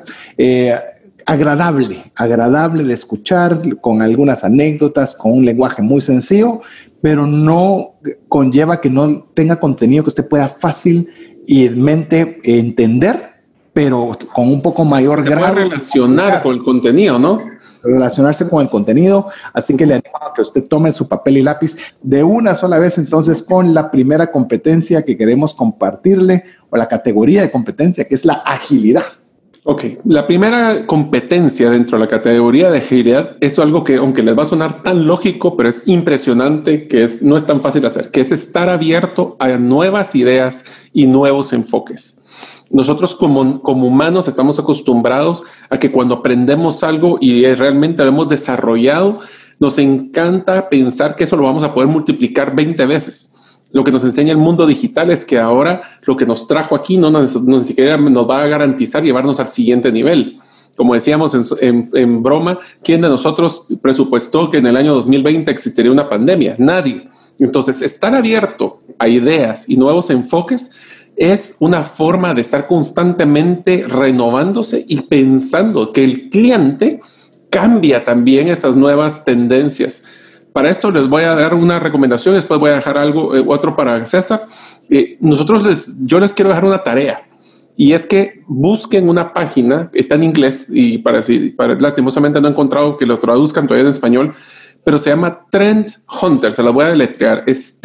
agradable de escuchar, con algunas anécdotas, con un lenguaje muy sencillo, pero no conlleva que no tenga contenido que usted pueda fácilmente entender, pero con un poco mayor grado. Se puede relacionar con el contenido, ¿no? Relacionarse con el contenido, así que le animo a que usted tome su papel y lápiz de una sola vez entonces con la primera competencia que queremos compartirle, o la categoría de competencia, que es la agilidad. Ok, la primera competencia dentro de la categoría de agilidad es algo que, aunque les va a sonar tan lógico, pero es impresionante, no es tan fácil de hacer, que es estar abierto a nuevas ideas y nuevos enfoques. Nosotros como humanos estamos acostumbrados a que cuando aprendemos algo y realmente lo hemos desarrollado, nos encanta pensar que eso lo vamos a poder multiplicar 20 veces. Lo que nos enseña el mundo digital es que ahora lo que nos trajo aquí no ni siquiera nos va a garantizar llevarnos al siguiente nivel. Como decíamos en broma, ¿quién de nosotros presupuestó que en el año 2020 existiría una pandemia? Nadie. Entonces, estar abierto a ideas y nuevos enfoques es una forma de estar constantemente renovándose y pensando que el cliente cambia también esas nuevas tendencias. Para esto les voy a dar una recomendación, después voy a dejar otro para César. Yo les quiero dejar una tarea, y es que busquen una página, está en inglés y lastimosamente no he encontrado que lo traduzcan todavía en español, pero se llama Trend Hunter, se la voy a deletrear, es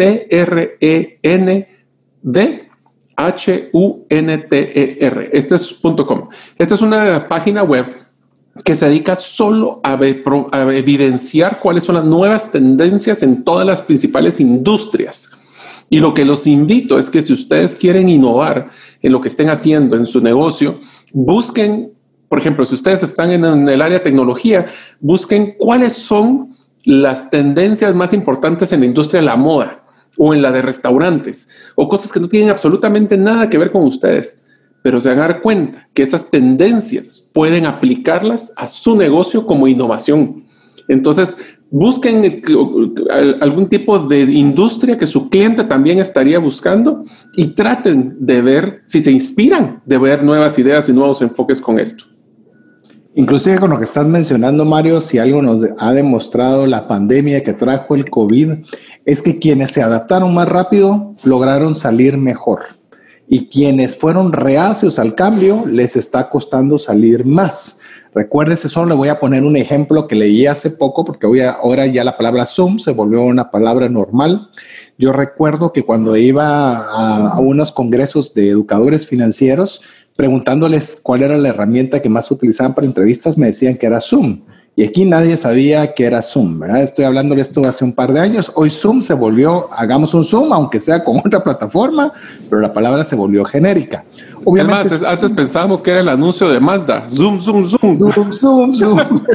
TRENDHUNTER. Este es .com. Esta es una página web que se dedica solo a evidenciar cuáles son las nuevas tendencias en todas las principales industrias. Y lo que los invito es que si ustedes quieren innovar en lo que estén haciendo en su negocio, busquen, por ejemplo, si ustedes están en el área de tecnología, busquen cuáles son las tendencias más importantes en la industria de la moda o en la de restaurantes o cosas que no tienen absolutamente nada que ver con ustedes. Pero se van a dar cuenta que esas tendencias pueden aplicarlas a su negocio como innovación. Entonces, busquen algún tipo de industria que su cliente también estaría buscando y traten de ver si se inspiran de ver nuevas ideas y nuevos enfoques con esto. Inclusive con lo que estás mencionando, Mario, si algo nos ha demostrado la pandemia que trajo el COVID, es que quienes se adaptaron más rápido lograron salir mejor. Y quienes fueron reacios al cambio, les está costando salir más. Recuérdese, solo le voy a poner un ejemplo que leí hace poco, porque ahora ya la palabra Zoom se volvió una palabra normal. Yo recuerdo que cuando iba a unos congresos de educadores financieros, preguntándoles cuál era la herramienta que más utilizaban para entrevistas, me decían que era Zoom. Y aquí nadie sabía que era Zoom, ¿verdad? Estoy hablando de esto hace un par de años. Hoy Zoom se volvió, hagamos un Zoom, aunque sea con otra plataforma, pero la palabra se volvió genérica. Obviamente, además, antes pensábamos que era el anuncio de Mazda. Zoom, zoom, zoom. Zoom, zoom, zoom.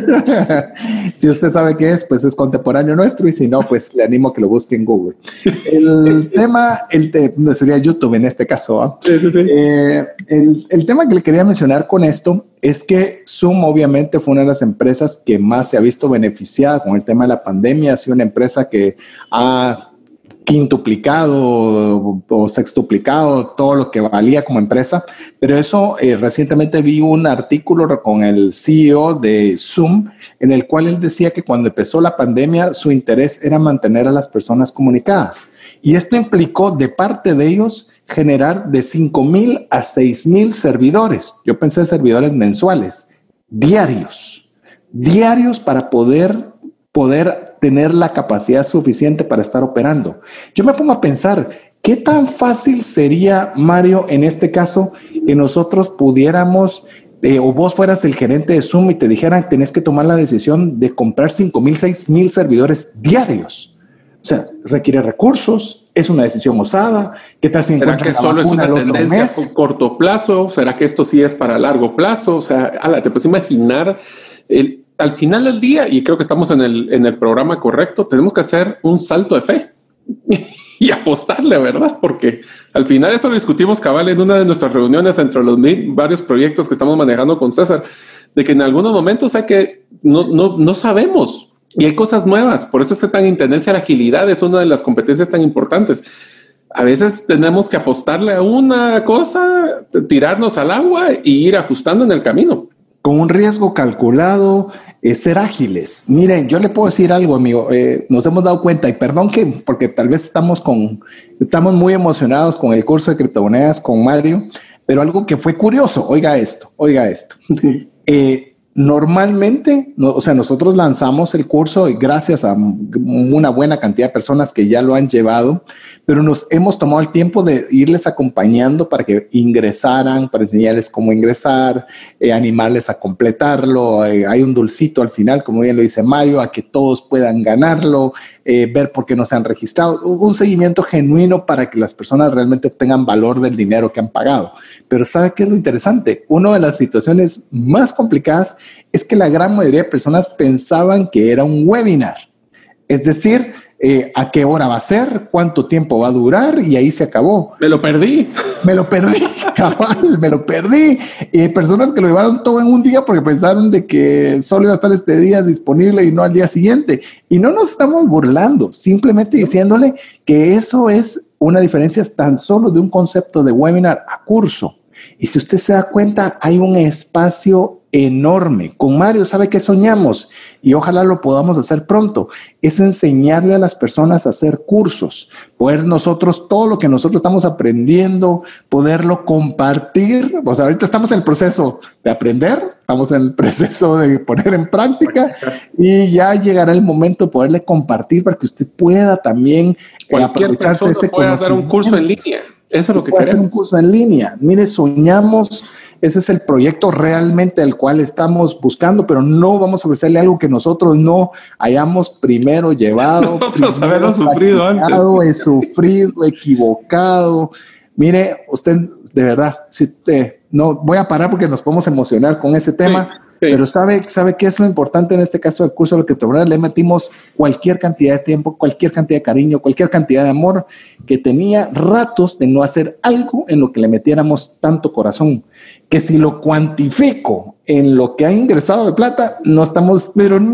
Si usted sabe qué es, pues es contemporáneo nuestro, y si no, pues le animo a que lo busque en Google. El tema sería YouTube en este caso, ¿eh? Sí, sí, sí. El tema que le quería mencionar con esto es que Zoom obviamente fue una de las empresas que más se ha visto beneficiada con el tema de la pandemia. Ha sido una empresa que ha quintuplicado o sextuplicado todo lo que valía como empresa, pero eso recientemente vi un artículo con el CEO de Zoom en el cual él decía que cuando empezó la pandemia su interés era mantener a las personas comunicadas, y esto implicó de parte de ellos generar de 5,000 a 6,000 servidores. Yo pensé servidores mensuales, diarios para poder tener la capacidad suficiente para estar operando. Yo me pongo a pensar, ¿qué tan fácil sería, Mario, en este caso, que nosotros pudiéramos, o vos fueras el gerente de Zoom y te dijeran, tenés que tomar la decisión de comprar 5,000, 6,000 servidores diarios? sea, requiere recursos, es una decisión osada. ¿Qué tal si ¿Será que solo es una tendencia a corto plazo? ¿Será que esto sí es para largo plazo? O sea, te puedes imaginar, al final del día, y creo que estamos en el programa correcto, tenemos que hacer un salto de fe y apostarle, ¿verdad? Porque al final eso lo discutimos cabal en una de nuestras reuniones entre los varios proyectos que estamos manejando con César, de que en algunos momentos hay que no sabemos y hay cosas nuevas. Por eso es que tan en tendencia a la agilidad es una de las competencias tan importantes. A veces tenemos que apostarle a una cosa, tirarnos al agua y ir ajustando en el camino. Con un riesgo calculado, ser ágiles. Miren, yo le puedo decir algo, amigo. Nos hemos dado cuenta, y perdón porque tal vez estamos muy emocionados con el curso de criptomonedas con Mario, pero algo que fue curioso, oiga esto. Normalmente, nosotros lanzamos el curso y gracias a una buena cantidad de personas que ya lo han llevado, pero nos hemos tomado el tiempo de irles acompañando para que ingresaran, para enseñarles cómo ingresar, animarles a completarlo. Hay un dulcito al final, como bien lo dice Mario, a que todos puedan ganarlo, ver por qué no se han registrado. Un seguimiento genuino para que las personas realmente obtengan valor del dinero que han pagado. Pero ¿sabe qué es lo interesante? Una de las situaciones más complicadas es que la gran mayoría de personas pensaban que era un webinar. Es decir, a qué hora va a ser, cuánto tiempo va a durar y ahí se acabó. Me lo perdí, cabal, me lo perdí. Y hay personas que lo llevaron todo en un día porque pensaron de que solo iba a estar este día disponible y no al día siguiente. Y no nos estamos burlando, simplemente diciéndole que eso es una diferencia tan solo de un concepto de webinar a curso. Y si usted se da cuenta, hay un espacio enorme. Con Mario, ¿sabe qué soñamos? Y ojalá lo podamos hacer pronto. Es enseñarle a las personas a hacer cursos, poder nosotros, todo lo que nosotros estamos aprendiendo, poderlo compartir. O sea, ahorita estamos en el proceso de aprender, estamos en el proceso de poner en práctica y ya llegará el momento de poderle compartir para que usted pueda también aprovecharse de ese pueda dar un curso en línea. Eso es lo que queremos. Hacer un curso en línea. Mire, soñamos, ese es el proyecto realmente al cual estamos buscando, pero no vamos a ofrecerle algo que nosotros no hayamos primero llevado. Nosotros haberlo sufrido antes. He sufrido, equivocado. Mire, usted, de verdad, no voy a parar porque nos podemos emocionar con ese tema. Sí. Pero ¿sabe qué es lo importante en este caso del curso de criptomonedas? Le metimos cualquier cantidad de tiempo, cualquier cantidad de cariño, cualquier cantidad de amor, que tenía ratos de no hacer algo en lo que le metiéramos tanto corazón, que si lo cuantifico en lo que ha ingresado de plata, no estamos,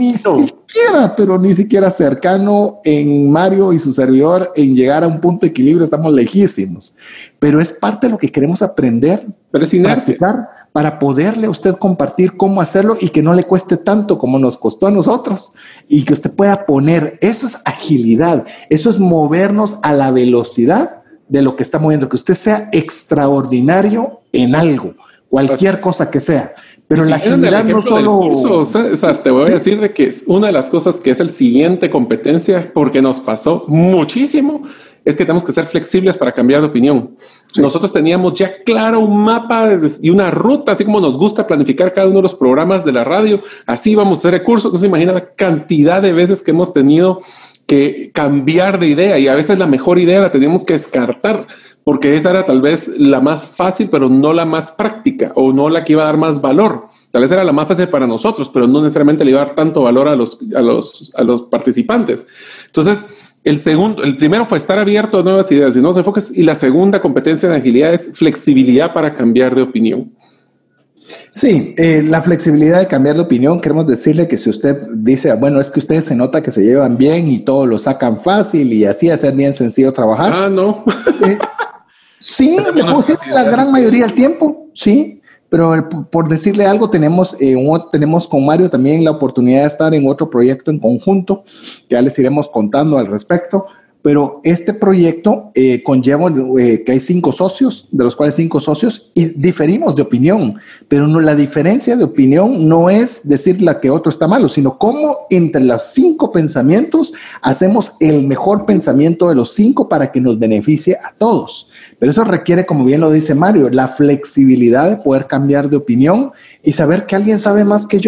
ni siquiera cercano en Mario y su servidor en llegar a un punto de equilibrio, estamos lejísimos. Pero es parte de lo que queremos aprender, pero es inercia, practicar, para poderle a usted compartir cómo hacerlo y que no le cueste tanto como nos costó a nosotros y que usted pueda poner. Eso es agilidad, eso es movernos a la velocidad de lo que está moviendo, que usted sea extraordinario en algo, cualquier cosa que sea. Pero la agilidad no solo... Curso, César, te voy a decir de que es una de las cosas que es el siguiente competencia, porque nos pasó muchísimo, es que tenemos que ser flexibles para cambiar de opinión. Sí. Nosotros teníamos ya claro un mapa y una ruta, así como nos gusta planificar cada uno de los programas de la radio, así vamos a hacer el curso. No se imagina la cantidad de veces que hemos tenido que cambiar de idea y a veces la mejor idea la teníamos que descartar porque esa era tal vez la más fácil, pero no la más práctica o no la que iba a dar más valor. Tal vez era la más fácil para nosotros, pero no necesariamente le iba a dar tanto valor a los participantes. Entonces, el primero fue estar abierto a nuevas ideas y nuevos enfoques. Y la segunda competencia de agilidad es flexibilidad para cambiar de opinión. Sí, la flexibilidad de cambiar de opinión. Queremos decirle que si usted dice, bueno, es que ustedes se nota que se llevan bien y todo lo sacan fácil y así hacer bien sencillo trabajar. Ah, no. Sí, le puedo decir la gran mayoría del tiempo, sí. Pero por decirle algo, tenemos con Mario también la oportunidad de estar en otro proyecto en conjunto, que ya les iremos contando al respecto. Pero este proyecto conlleva que hay 5 socios, de los cuales 5 socios, y diferimos de opinión. Pero no, la diferencia de opinión no es decirle que otro está malo, sino cómo entre los 5 pensamientos hacemos el mejor pensamiento de los 5 para que nos beneficie a todos. Pero eso requiere, como bien lo dice Mario, la flexibilidad de poder cambiar de opinión y saber que alguien sabe más que yo.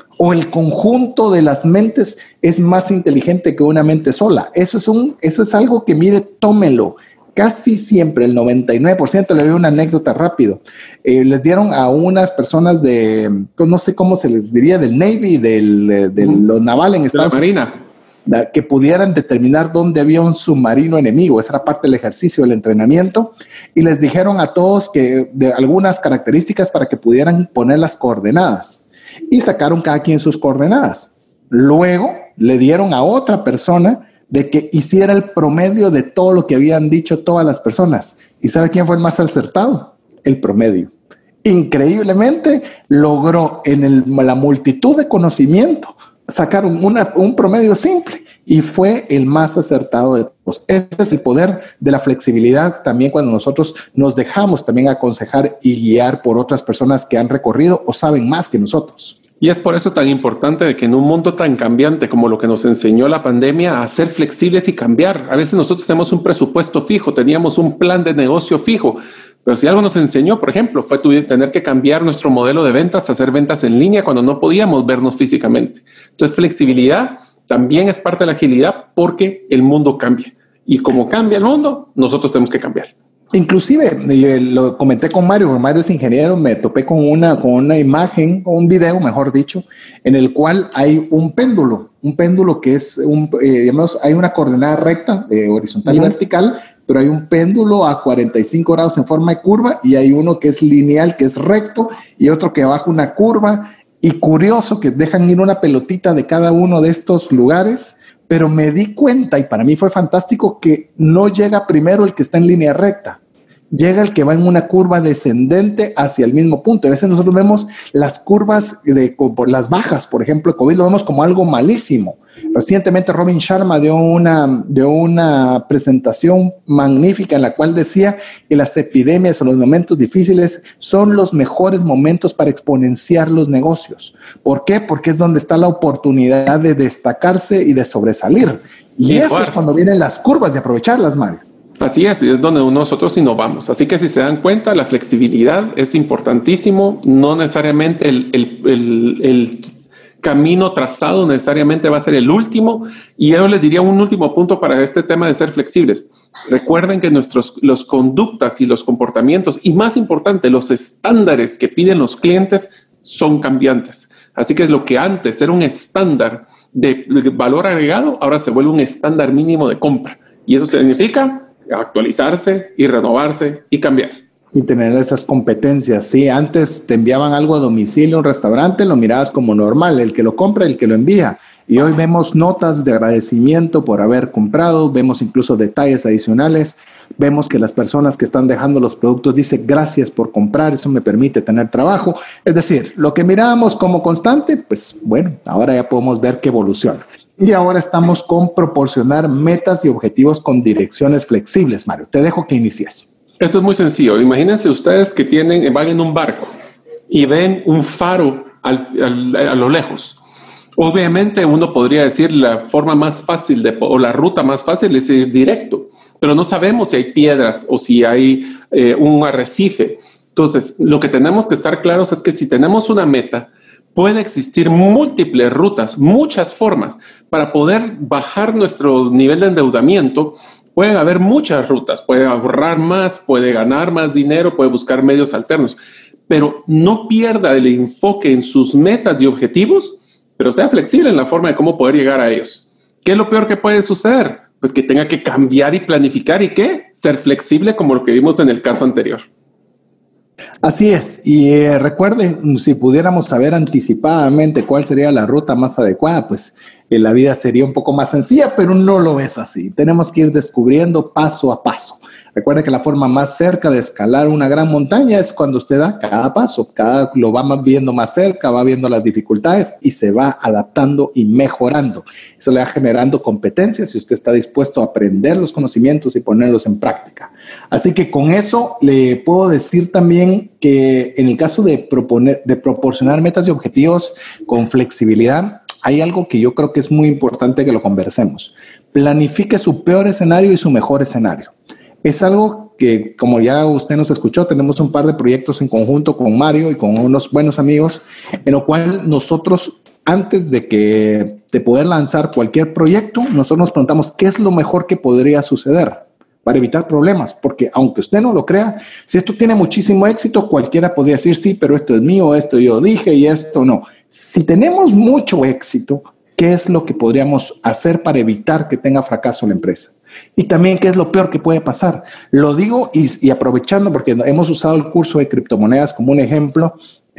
o el conjunto de las mentes es más inteligente que una mente sola. Eso es algo que, mire, tómelo. Casi siempre, el 99%, le doy una anécdota rápido. Les dieron a unas personas no sé cómo se les diría, del Navy, de lo naval en Estados Unidos. Marina. Que pudieran determinar dónde había un submarino enemigo. Esa era parte del ejercicio, del entrenamiento. Y les dijeron a todos que de algunas características para que pudieran poner las coordenadas. Y sacaron cada quien sus coordenadas. Luego le dieron a otra persona de que hiciera el promedio de todo lo que habían dicho todas las personas. ¿Y sabe quién fue el más acertado? El promedio. Increíblemente logró la multitud de conocimiento sacar un promedio simple y fue el más acertado de todos. Ese es el poder de la flexibilidad también cuando nosotros nos dejamos también aconsejar y guiar por otras personas que han recorrido o saben más que nosotros. Y es por eso tan importante de que en un mundo tan cambiante como lo que nos enseñó la pandemia, a ser flexibles y cambiar. A veces nosotros tenemos un presupuesto fijo, teníamos un plan de negocio fijo, pero si algo nos enseñó, por ejemplo, fue tener que cambiar nuestro modelo de ventas, hacer ventas en línea cuando no podíamos vernos físicamente. Entonces, flexibilidad también es parte de la agilidad porque el mundo cambia. Y como cambia el mundo, nosotros tenemos que cambiar. Inclusive, lo comenté con Mario, Mario es ingeniero, me topé con una imagen, o un video, mejor dicho, en el cual hay un péndulo que es, hay una coordenada recta, horizontal y vertical, pero hay un péndulo a 45 grados en forma de curva y hay uno que es lineal, que es recto, y otro que baja una curva, y curioso que dejan ir una pelotita de cada uno de estos lugares. Pero me di cuenta, y para mí fue fantástico, que no llega primero el que está en línea recta, llega el que va en una curva descendente hacia el mismo punto. A veces nosotros vemos las curvas por las bajas, por ejemplo, COVID lo vemos como algo malísimo. Recientemente Robin Sharma dio una presentación magnífica en la cual decía que las epidemias o los momentos difíciles son los mejores momentos para exponenciar los negocios. ¿Por qué? Porque es donde está la oportunidad de destacarse y de sobresalir. Y eso es cuando vienen las curvas de aprovecharlas, Mario. Así es donde nosotros innovamos. Así que si se dan cuenta, la flexibilidad es importantísimo. No necesariamente el camino trazado necesariamente va a ser el último. Y yo les diría un último punto para este tema de ser flexibles. Recuerden que los conductas y los comportamientos, y más importante, los estándares que piden los clientes son cambiantes. Así que lo que antes era un estándar de valor agregado, ahora se vuelve un estándar mínimo de compra. Y eso significa actualizarse y renovarse y cambiar. Y tener esas competencias. Sí, antes te enviaban algo a domicilio a un restaurante, lo mirabas como normal, el que lo compra, el que lo envía. Y hoy vemos notas de agradecimiento por haber comprado, vemos incluso detalles adicionales, vemos que las personas que están dejando los productos dicen gracias por comprar, eso me permite tener trabajo. Es decir, lo que mirábamos como constante, pues bueno, ahora ya podemos ver que evoluciona. Y ahora estamos con proporcionar metas y objetivos con direcciones flexibles. Mario, te dejo que inicies. Esto es muy sencillo. Imagínense ustedes que van en un barco y ven un faro a lo lejos. Obviamente uno podría decir la forma más fácil o la ruta más fácil es ir directo, pero no sabemos si hay piedras o si hay un arrecife. Entonces, lo que tenemos que estar claros es que si tenemos una meta, puede existir múltiples rutas, muchas formas para poder bajar nuestro nivel de endeudamiento. Pueden haber muchas rutas, puede ahorrar más, puede ganar más dinero, puede buscar medios alternos, pero no pierda el enfoque en sus metas y objetivos, pero sea flexible en la forma de cómo poder llegar a ellos. ¿Qué es lo peor que puede suceder? Pues que tenga que cambiar y planificar y ¿qué? Ser flexible como lo que vimos en el caso anterior. Así es, y recuerden, si pudiéramos saber anticipadamente cuál sería la ruta más adecuada, pues la vida sería un poco más sencilla, pero no lo es así. Tenemos que ir descubriendo paso a paso. Recuerden que la forma más cerca de escalar una gran montaña es cuando usted da cada paso, lo va viendo más cerca, va viendo las dificultades y se va adaptando y mejorando. Eso le va generando competencias si usted está dispuesto a aprender los conocimientos y ponerlos en práctica. Así que con eso le puedo decir también que en el caso de proporcionar metas y objetivos con flexibilidad, hay algo que yo creo que es muy importante que lo conversemos. Planifique su peor escenario y su mejor escenario. Es algo que, como ya usted nos escuchó, tenemos un par de proyectos en conjunto con Mario y con unos buenos amigos, en lo cual nosotros antes de poder lanzar cualquier proyecto, nosotros nos preguntamos qué es lo mejor que podría suceder para evitar problemas, porque aunque usted no lo crea, si esto tiene muchísimo éxito, cualquiera podría decir sí, pero esto es mío, esto yo dije y esto no. Si tenemos mucho éxito, ¿qué es lo que podríamos hacer para evitar que tenga fracaso la empresa? Y también, ¿qué es lo peor que puede pasar? Lo digo y aprovechando, porque hemos usado el curso de criptomonedas como un ejemplo,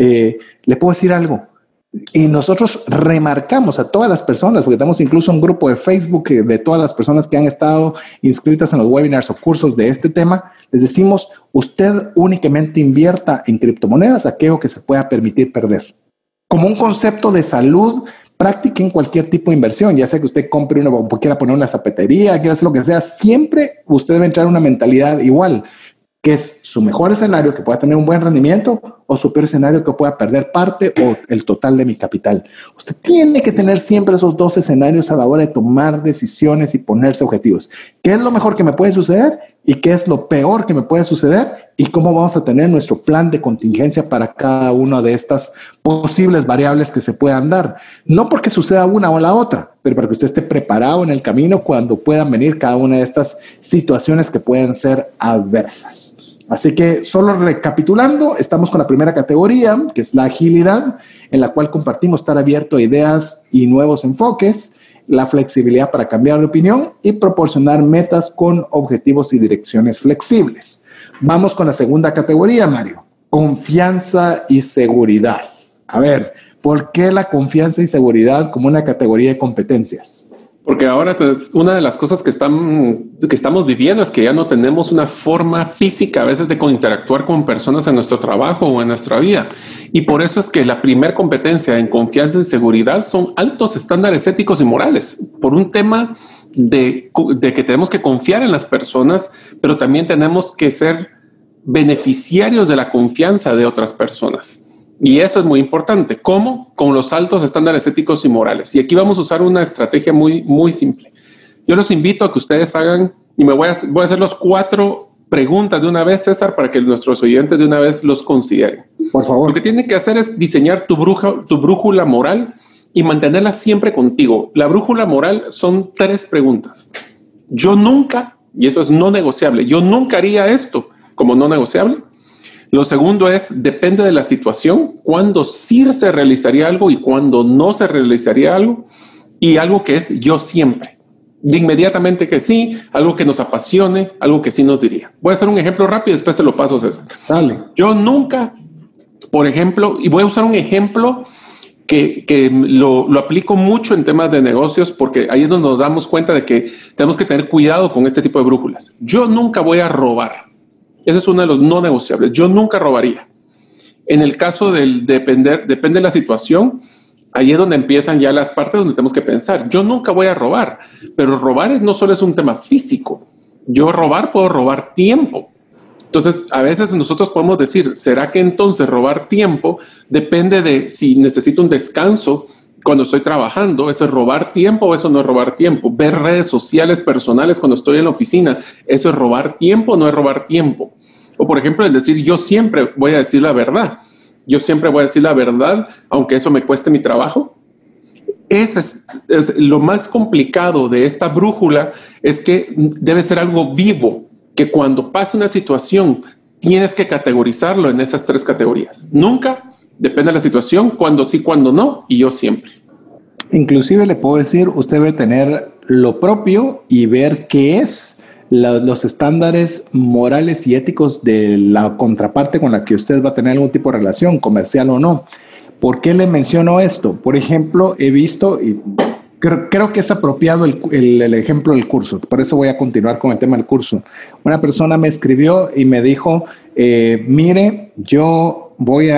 le puedo decir algo. Y nosotros remarcamos a todas las personas, porque tenemos incluso un grupo de Facebook de todas las personas que han estado inscritas en los webinars o cursos de este tema. Les decimos, usted únicamente invierta en criptomonedas aquello que se pueda permitir perder. Como un concepto de salud, practiquen cualquier tipo de inversión, ya sea que usted compre quiera poner una zapatería, quiera hacer lo que sea, siempre usted debe entrar en una mentalidad igual, que es su mejor escenario que pueda tener un buen rendimiento o su peor escenario que pueda perder parte o el total de mi capital. Usted tiene que tener siempre esos dos escenarios a la hora de tomar decisiones y ponerse objetivos. ¿Qué es lo mejor que me puede suceder y qué es lo peor que me puede suceder? Y cómo vamos a tener nuestro plan de contingencia para cada una de estas posibles variables que se puedan dar. No porque suceda una o la otra, pero para que usted esté preparado en el camino cuando puedan venir cada una de estas situaciones que pueden ser adversas. Así que solo recapitulando, estamos con la primera categoría, que es la agilidad, en la cual compartimos estar abierto a ideas y nuevos enfoques, la flexibilidad para cambiar de opinión y proporcionar metas con objetivos y direcciones flexibles. Vamos con la segunda categoría, Mario, confianza y seguridad. A ver, ¿por qué la confianza y seguridad como una categoría de competencias? Porque ahora una de las cosas que estamos viviendo es que ya no tenemos una forma física a veces de interactuar con personas en nuestro trabajo o en nuestra vida. Y por eso es que la primer competencia en confianza y seguridad son altos estándares éticos y morales, por un tema de que tenemos que confiar en las personas, pero también tenemos que ser beneficiarios de la confianza de otras personas. Y eso es muy importante. ¿Cómo? Con los altos estándares éticos y morales. Y aquí vamos a usar una estrategia muy, muy simple. Yo los invito a que ustedes hagan, y voy a hacer los 4 preguntas de una vez, César, para que nuestros oyentes de una vez los consideren. Por favor. Lo que tienen que hacer es diseñar tu brújula moral y mantenerla siempre contigo. La brújula moral son 3 preguntas. Yo nunca, y eso es no negociable, yo nunca haría esto como no negociable. Lo segundo es, depende de la situación, cuándo sí se realizaría algo y cuándo no se realizaría algo. Y algo que es yo siempre. De inmediatamente que sí, algo que nos apasione, algo que sí nos diría. Voy a hacer un ejemplo rápido y después te lo paso, César. Dale. Yo nunca, por ejemplo, y voy a usar un ejemplo que lo aplico mucho en temas de negocios porque ahí es donde nos damos cuenta de que tenemos que tener cuidado con este tipo de brújulas. Yo nunca voy a robar. Ese es uno de los no negociables. Yo nunca robaría. En el caso del depende de la situación, ahí es donde empiezan ya las partes donde tenemos que pensar. Yo nunca voy a robar, pero robar no solo es un tema físico. Yo puedo robar tiempo. Entonces, a veces nosotros podemos decir, ¿será que entonces robar tiempo depende de si necesito un descanso cuando estoy trabajando? ¿Eso es robar tiempo o eso no es robar tiempo? Ver redes sociales personales cuando estoy en la oficina, ¿eso es robar tiempo o no es robar tiempo? O por ejemplo, el decir yo siempre voy a decir la verdad. Yo siempre voy a decir la verdad, aunque eso me cueste mi trabajo. Ese es lo más complicado de esta brújula, es que debe ser algo vivo, que cuando pasa una situación tienes que categorizarlo en esas 3 categorías. Nunca, depende de la situación, cuando sí, cuando no, y yo siempre. Inclusive le puedo decir, usted debe tener lo propio y ver qué es los estándares morales y éticos de la contraparte con la que usted va a tener algún tipo de relación, comercial o no. ¿Por qué le menciono esto? Por ejemplo, he visto, y creo que es apropiado el ejemplo del curso, por eso voy a continuar con el tema del curso. Una persona me escribió y me dijo, mire, yo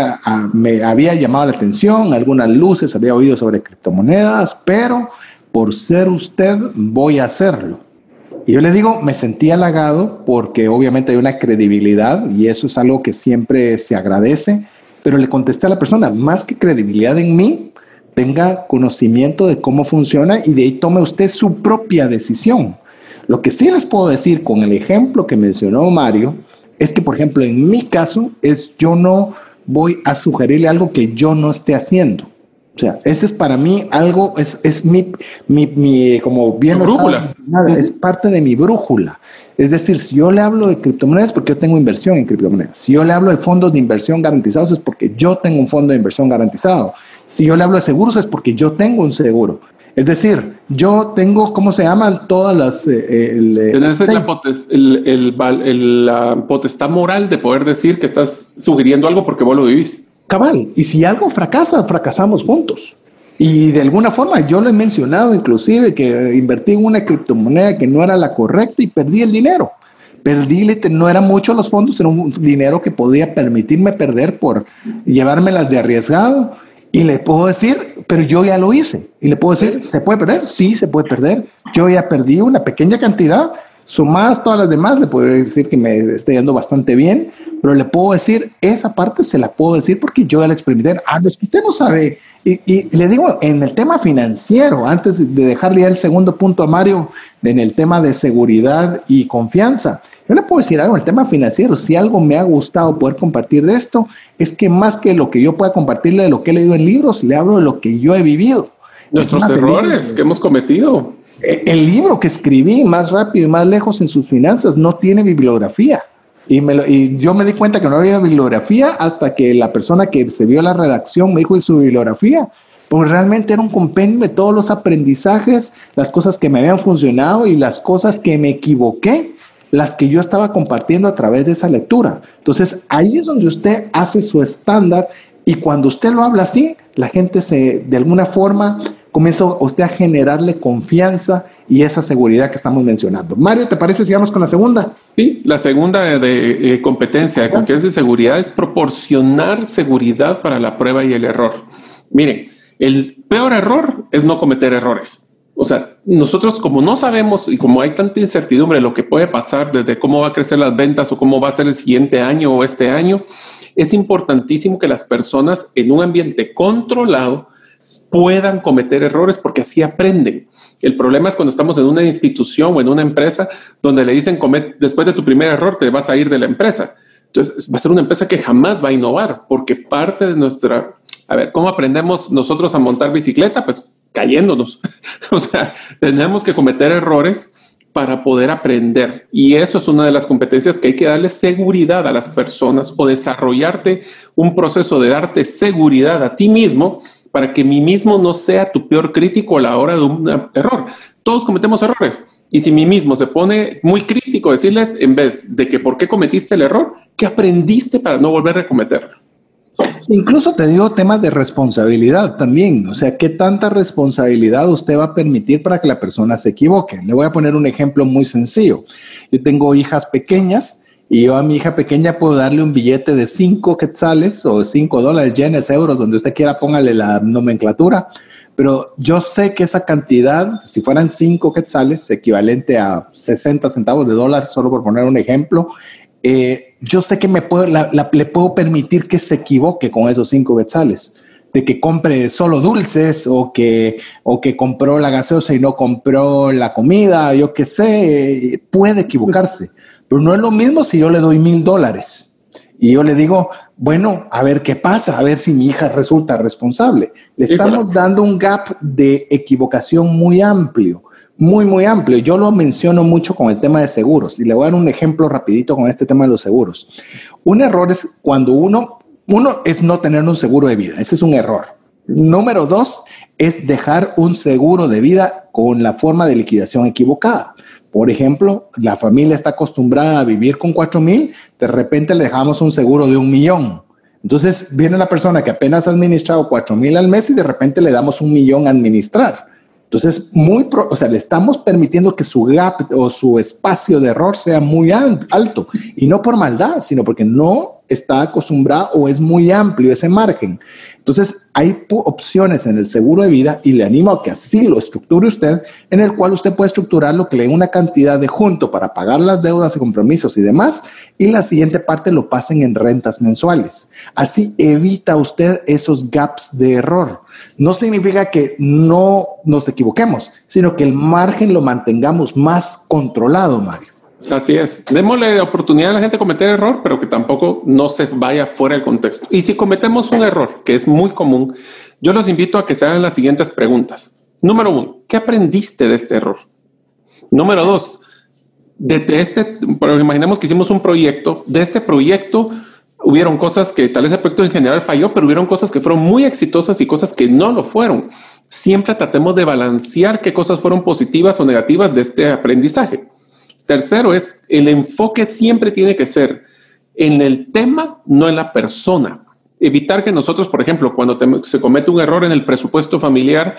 me había llamado la atención, algunas luces, había oído sobre criptomonedas, pero por ser usted voy a hacerlo. Y yo le digo, me sentí halagado porque obviamente hay una credibilidad y eso es algo que siempre se agradece, pero le contesté a la persona, más que credibilidad en mí, tenga conocimiento de cómo funciona y de ahí tome usted su propia decisión. Lo que sí les puedo decir con el ejemplo que mencionó Mario es que, por ejemplo, en mi caso, yo no voy a sugerirle algo que yo no esté haciendo. O sea, ese es para mí algo, es mi como bien brújula. Es parte de mi brújula. Es decir, si yo le hablo de criptomonedas es porque yo tengo inversión en criptomonedas. Si yo le hablo de fondos de inversión garantizados es porque yo tengo un fondo de inversión garantizado. Si yo le hablo de seguros es porque yo tengo un seguro. Es decir, yo tengo, ¿cómo se llaman? Todas las... Tienes la potestad moral de poder decir que estás sugiriendo algo porque vos lo vivís. Cabal. Y si algo fracasa, fracasamos juntos. Y de alguna forma yo lo he mencionado inclusive que invertí en una criptomoneda que no era la correcta y perdí el dinero. No eran muchos los fondos, era un dinero que podía permitirme perder por llevármelas de arriesgado. Y le puedo decir, pero yo ya lo hice. Y le puedo decir, ¿se puede perder? Sí, se puede perder. Yo ya perdí una pequeña cantidad. Sumadas todas las demás, le puedo decir que me está yendo bastante bien. Pero le puedo decir, esa parte se la puedo decir porque yo ya la experimenté. No es que usted no sabe. Y le digo, en el tema financiero, antes de dejarle ya el segundo punto a Mario, en el tema de seguridad y confianza, yo le puedo decir algo, en el tema financiero, si algo me ha gustado poder compartir de esto, es que más que lo que yo pueda compartirle de lo que he leído en libros, le hablo de lo que yo he vivido. Nuestros errores que hemos cometido. El libro que escribí, Más rápido y más lejos en sus finanzas, no tiene bibliografía. Y yo me di cuenta que no había bibliografía hasta que la persona que se vio la redacción me dijo en su bibliografía, pues realmente era un compendio de todos los aprendizajes, las cosas que me habían funcionado y las cosas que me equivoqué, las que yo estaba compartiendo a través de esa lectura. Entonces, ahí es donde usted hace su estándar y cuando usted lo habla así, la gente de alguna forma comienza usted a generarle confianza y esa seguridad que estamos mencionando. Mario, ¿te parece si vamos con la segunda? Sí, la segunda de competencia, de confianza y seguridad es proporcionar seguridad para la prueba y el error. Miren, el peor error es no cometer errores. O sea, nosotros como no sabemos y como hay tanta incertidumbre de lo que puede pasar desde cómo va a crecer las ventas o cómo va a ser el siguiente año o este año, es importantísimo que las personas en un ambiente controlado puedan cometer errores porque así aprenden. El problema es cuando estamos en una institución o en una empresa donde le dicen después de tu primer error te vas a ir de la empresa. Entonces va a ser una empresa que jamás va a innovar porque parte de nuestra... A ver, ¿cómo aprendemos nosotros a montar bicicleta? Pues cayéndonos. O sea, tenemos que cometer errores para poder aprender. Y eso es una de las competencias que hay que darle seguridad a las personas o desarrollarte un proceso de darte seguridad a ti mismo para que mí mismo no sea tu peor crítico a la hora de un error. Todos cometemos errores. Y si mí mismo se pone muy crítico, decirles en vez de que por qué cometiste el error, ¿qué aprendiste para no volver a cometerlo? Incluso te digo temas de responsabilidad también. O sea, ¿qué tanta responsabilidad usted va a permitir para que la persona se equivoque? Le voy a poner un ejemplo muy sencillo. Yo tengo hijas pequeñas y yo a mi hija pequeña puedo darle un billete de 5 quetzales o $5, yenes, euros, donde usted quiera, póngale la nomenclatura. Pero yo sé que esa cantidad, si fueran 5 quetzales, equivalente a 60 centavos de dólar, solo por poner un ejemplo, yo sé que le puedo permitir que se equivoque con esos 5 quetzales, de que compre solo dulces o que compró la gaseosa y no compró la comida, yo qué sé, puede equivocarse. Pero no es lo mismo si yo le doy $1,000 y yo le digo, bueno, a ver qué pasa, a ver si mi hija resulta responsable. Le estamos dando un gap de equivocación muy amplio. Muy, muy amplio. Yo lo menciono mucho con el tema de seguros y le voy a dar un ejemplo rapidito con este tema de los seguros. Un error es cuando uno es no tener un seguro de vida. Ese es un error. Número 2 es dejar un seguro de vida con la forma de liquidación equivocada. Por ejemplo, la familia está acostumbrada a vivir con 4,000, de repente le dejamos un seguro de 1,000,000. Entonces viene la persona que apenas ha administrado 4,000 al mes y de repente le damos 1,000,000 a administrar. Entonces, le estamos permitiendo que su gap o su espacio de error sea muy alto y no por maldad, sino porque no está acostumbrado o es muy amplio ese margen. Entonces, hay opciones en el seguro de vida y le animo a que así lo estructure usted, en el cual usted puede estructurarlo que le den una cantidad de junto para pagar las deudas y compromisos y demás, y la siguiente parte lo pasen en rentas mensuales. Así evita usted esos gaps de error. No significa que no nos equivoquemos, sino que el margen lo mantengamos más controlado, Mario. Así es. Démosle oportunidad a la gente de cometer error, pero que tampoco no se vaya fuera del contexto. Y si cometemos un error, que es muy común, yo los invito a que se hagan las siguientes preguntas. Número 1, ¿qué aprendiste de este error? Número 2, pero imaginemos que hicimos un proyecto. De este proyecto hubieron cosas que tal vez el proyecto en general falló, pero hubieron cosas que fueron muy exitosas y cosas que no lo fueron. Siempre tratemos de balancear qué cosas fueron positivas o negativas de este aprendizaje. Tercero es, el enfoque siempre tiene que ser en el tema, no en la persona. Evitar que nosotros, por ejemplo, cuando se comete un error en el presupuesto familiar,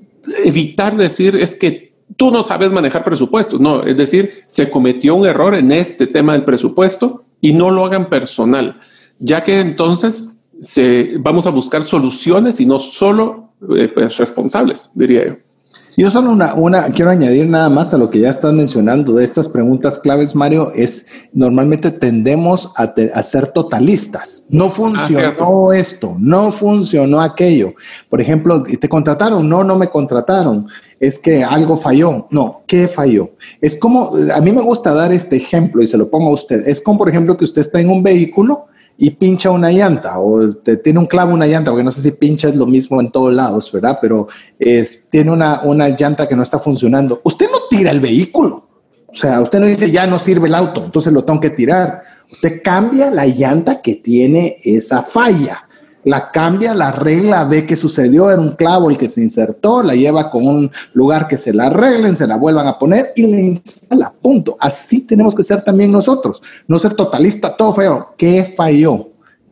evitar decir es que tú no sabes manejar presupuestos. No, es decir, se cometió un error en este tema del presupuesto y no lo hagan personal, ya que entonces vamos a buscar soluciones y no solo pues, responsables, diría yo. Yo solo quiero añadir nada más a lo que ya estás mencionando de estas preguntas claves, Mario, es normalmente tendemos a ser totalistas. No funcionó esto, no funcionó aquello. Por ejemplo, ¿te contrataron? No, no me contrataron. Es que algo falló. No, ¿qué falló? Es como, a mí me gusta dar este ejemplo y se lo pongo a usted. Es como, por ejemplo, que usted está en un vehículo y pincha una llanta o tiene un clavo una llanta, porque no sé si pincha es lo mismo en todos lados, ¿verdad? Pero tiene una llanta que no está funcionando. Usted no tira el vehículo. O sea, usted no dice ya no sirve el auto, entonces lo tengo que tirar. Usted cambia la llanta que tiene esa falla. La cambia, la arregla, ve qué sucedió, era un clavo el que se insertó, la lleva con un lugar que se la arreglen, se la vuelvan a poner y la instala, punto. Así tenemos que ser también nosotros, no ser totalista, todo feo. ¿Qué falló?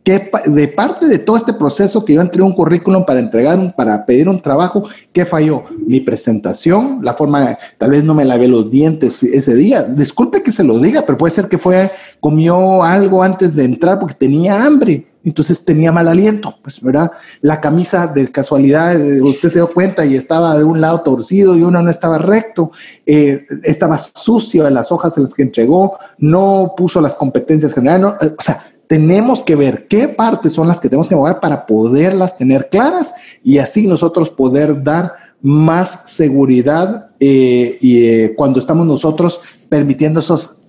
De parte de todo este proceso que yo entré un currículum para pedir un trabajo, ¿qué falló? Mi presentación, la forma, tal vez no me lavé los dientes ese día, disculpe que se lo diga, pero puede ser que comió algo antes de entrar porque tenía hambre. Entonces tenía mal aliento, pues, ¿verdad? La camisa de casualidad, usted se dio cuenta y estaba de un lado torcido y uno no estaba recto, estaba sucio en las hojas en las que entregó, no puso las competencias generales, o sea, tenemos que ver qué partes son las que tenemos que mover para poderlas tener claras y así nosotros poder dar más seguridad cuando estamos nosotros permitiendo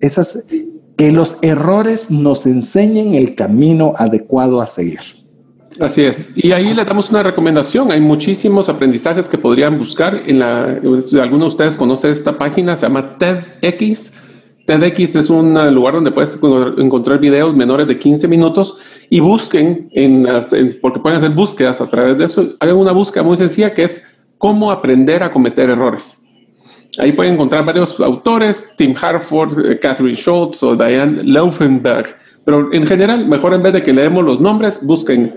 que los errores nos enseñen el camino adecuado a seguir. Así es. Y ahí le damos una recomendación. Hay muchísimos aprendizajes que podrían buscar. Algunos de ustedes conocen esta página, se llama TEDx. TEDx es un lugar donde puedes encontrar videos menores de 15 minutos y busquen, porque pueden hacer búsquedas a través de eso. Hagan una búsqueda muy sencilla que es cómo aprender a cometer errores. Ahí pueden encontrar varios autores, Tim Harford, Catherine Schultz o Diane Laufenberg. Pero en general, mejor en vez de que leemos los nombres, busquen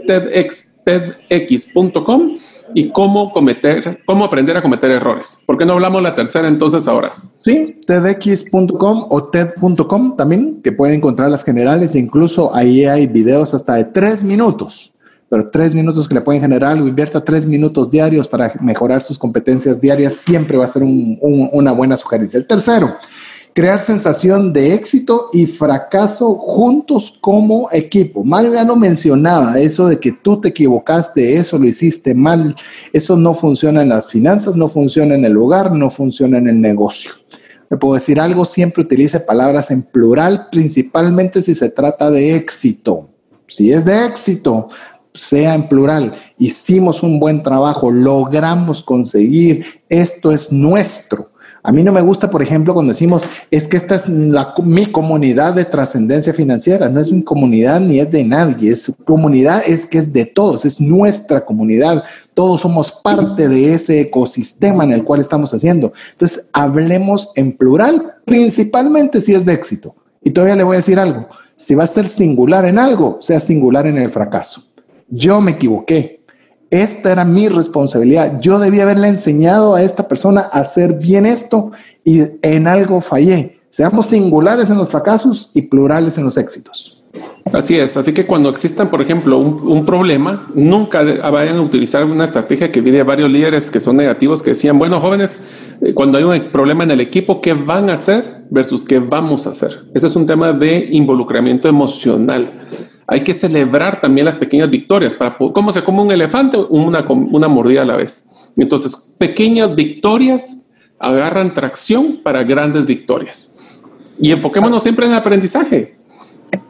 TEDx.com y cómo aprender a cometer errores. ¿Por qué no hablamos la tercera entonces ahora? Sí, TEDx.com o TED.com también, que pueden encontrar las generales. Incluso ahí hay videos hasta de 3 minutos. Pero 3 minutos que le pueden generar algo, invierta 3 minutos diarios para mejorar sus competencias diarias, siempre va a ser una buena sugerencia. El tercero, crear sensación de éxito y fracaso juntos como equipo. Mario ya no mencionaba eso de que tú te equivocaste, eso lo hiciste mal, eso no funciona en las finanzas, no funciona en el hogar, no funciona en el negocio. Le puedo decir algo, siempre utilice palabras en plural, principalmente si se trata de éxito. Si es de éxito, sea en plural, hicimos un buen trabajo, logramos conseguir, esto es nuestro. A mí no me gusta, por ejemplo, cuando decimos, es que esta es mi comunidad de trascendencia financiera. No es mi comunidad ni es de nadie, es comunidad, es que es de todos, es nuestra comunidad. Todos somos parte de ese ecosistema en el cual estamos haciendo. Entonces, hablemos en plural, principalmente si es de éxito. Y todavía le voy a decir algo, si va a ser singular en algo, sea singular en el fracaso. Yo me equivoqué. Esta era mi responsabilidad. Yo debía haberle enseñado a esta persona a hacer bien esto y en algo fallé. Seamos singulares en los fracasos y plurales en los éxitos. Así es. Así que cuando existan, por ejemplo, un problema, nunca vayan a utilizar una estrategia que viene de varios líderes que son negativos, que decían, bueno, jóvenes, cuando hay un problema en el equipo, ¿qué van a hacer versus qué vamos a hacer? Ese es un tema de involucramiento emocional. Hay que celebrar también las pequeñas victorias. ¿Cómo se come un elefante? Una mordida a la vez. Entonces, pequeñas victorias agarran tracción para grandes victorias. Y enfoquémonos siempre en el aprendizaje.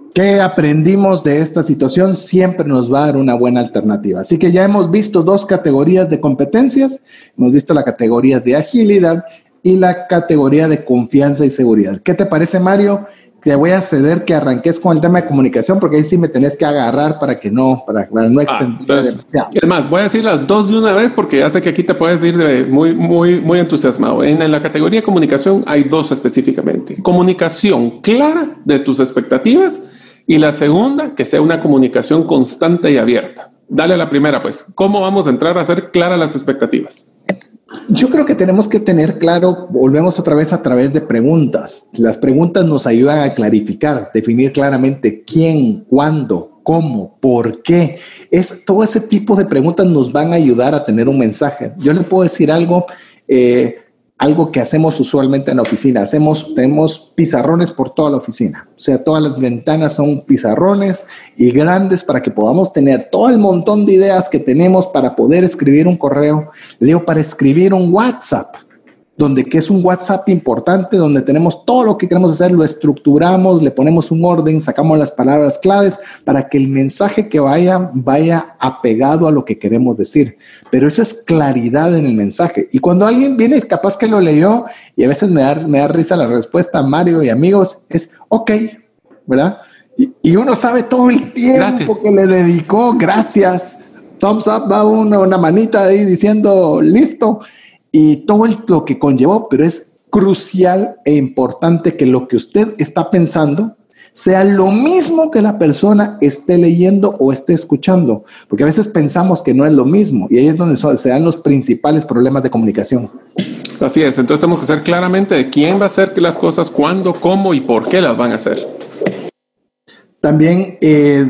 ¿Qué aprendimos de esta situación? Siempre nos va a dar una buena alternativa. Así que ya hemos visto 2 categorías de competencias. Hemos visto la categoría de agilidad y la categoría de confianza y seguridad. ¿Qué te parece, Mario? Te voy a ceder que arranques con el tema de comunicación, porque ahí sí me tenés que agarrar para no extender demasiado. Es más, voy a decir las 2 de una vez porque ya sé que aquí te puedes ir muy entusiasmado. En la categoría de comunicación hay 2 específicamente. Comunicación clara de tus expectativas y la segunda, que sea una comunicación constante y abierta. Dale a la primera, pues. ¿Cómo vamos a entrar a hacer claras las expectativas? Yo creo que tenemos que tener claro, volvemos otra vez a través de preguntas. Las preguntas nos ayudan a clarificar, definir claramente quién, cuándo, cómo, por qué. Todo ese tipo de preguntas nos van a ayudar a tener un mensaje. Yo le puedo decir algo que hacemos usualmente en la oficina. Tenemos pizarrones por toda la oficina. O sea, todas las ventanas son pizarrones y grandes para que podamos tener todo el montón de ideas que tenemos para poder escribir un correo. Le digo, para escribir un WhatsApp, que es un WhatsApp importante, donde tenemos todo lo que queremos hacer, lo estructuramos, le ponemos un orden, sacamos las palabras claves para que el mensaje que vaya apegado a lo que queremos decir. Pero eso es claridad en el mensaje. Y cuando alguien viene, capaz que lo leyó, y a veces me da risa la respuesta, Mario y amigos, es ok, ¿verdad? Y uno sabe todo el tiempo que le dedicó, gracias, thumbs up, va una manita ahí diciendo listo, y todo lo que conllevó, pero es crucial e importante que lo que usted está pensando sea lo mismo que la persona esté leyendo o esté escuchando, porque a veces pensamos que no es lo mismo y ahí es donde se dan los principales problemas de comunicación. Así es, entonces tenemos que ser claramente de quién va a hacer las cosas, cuándo, cómo y por qué las van a hacer. También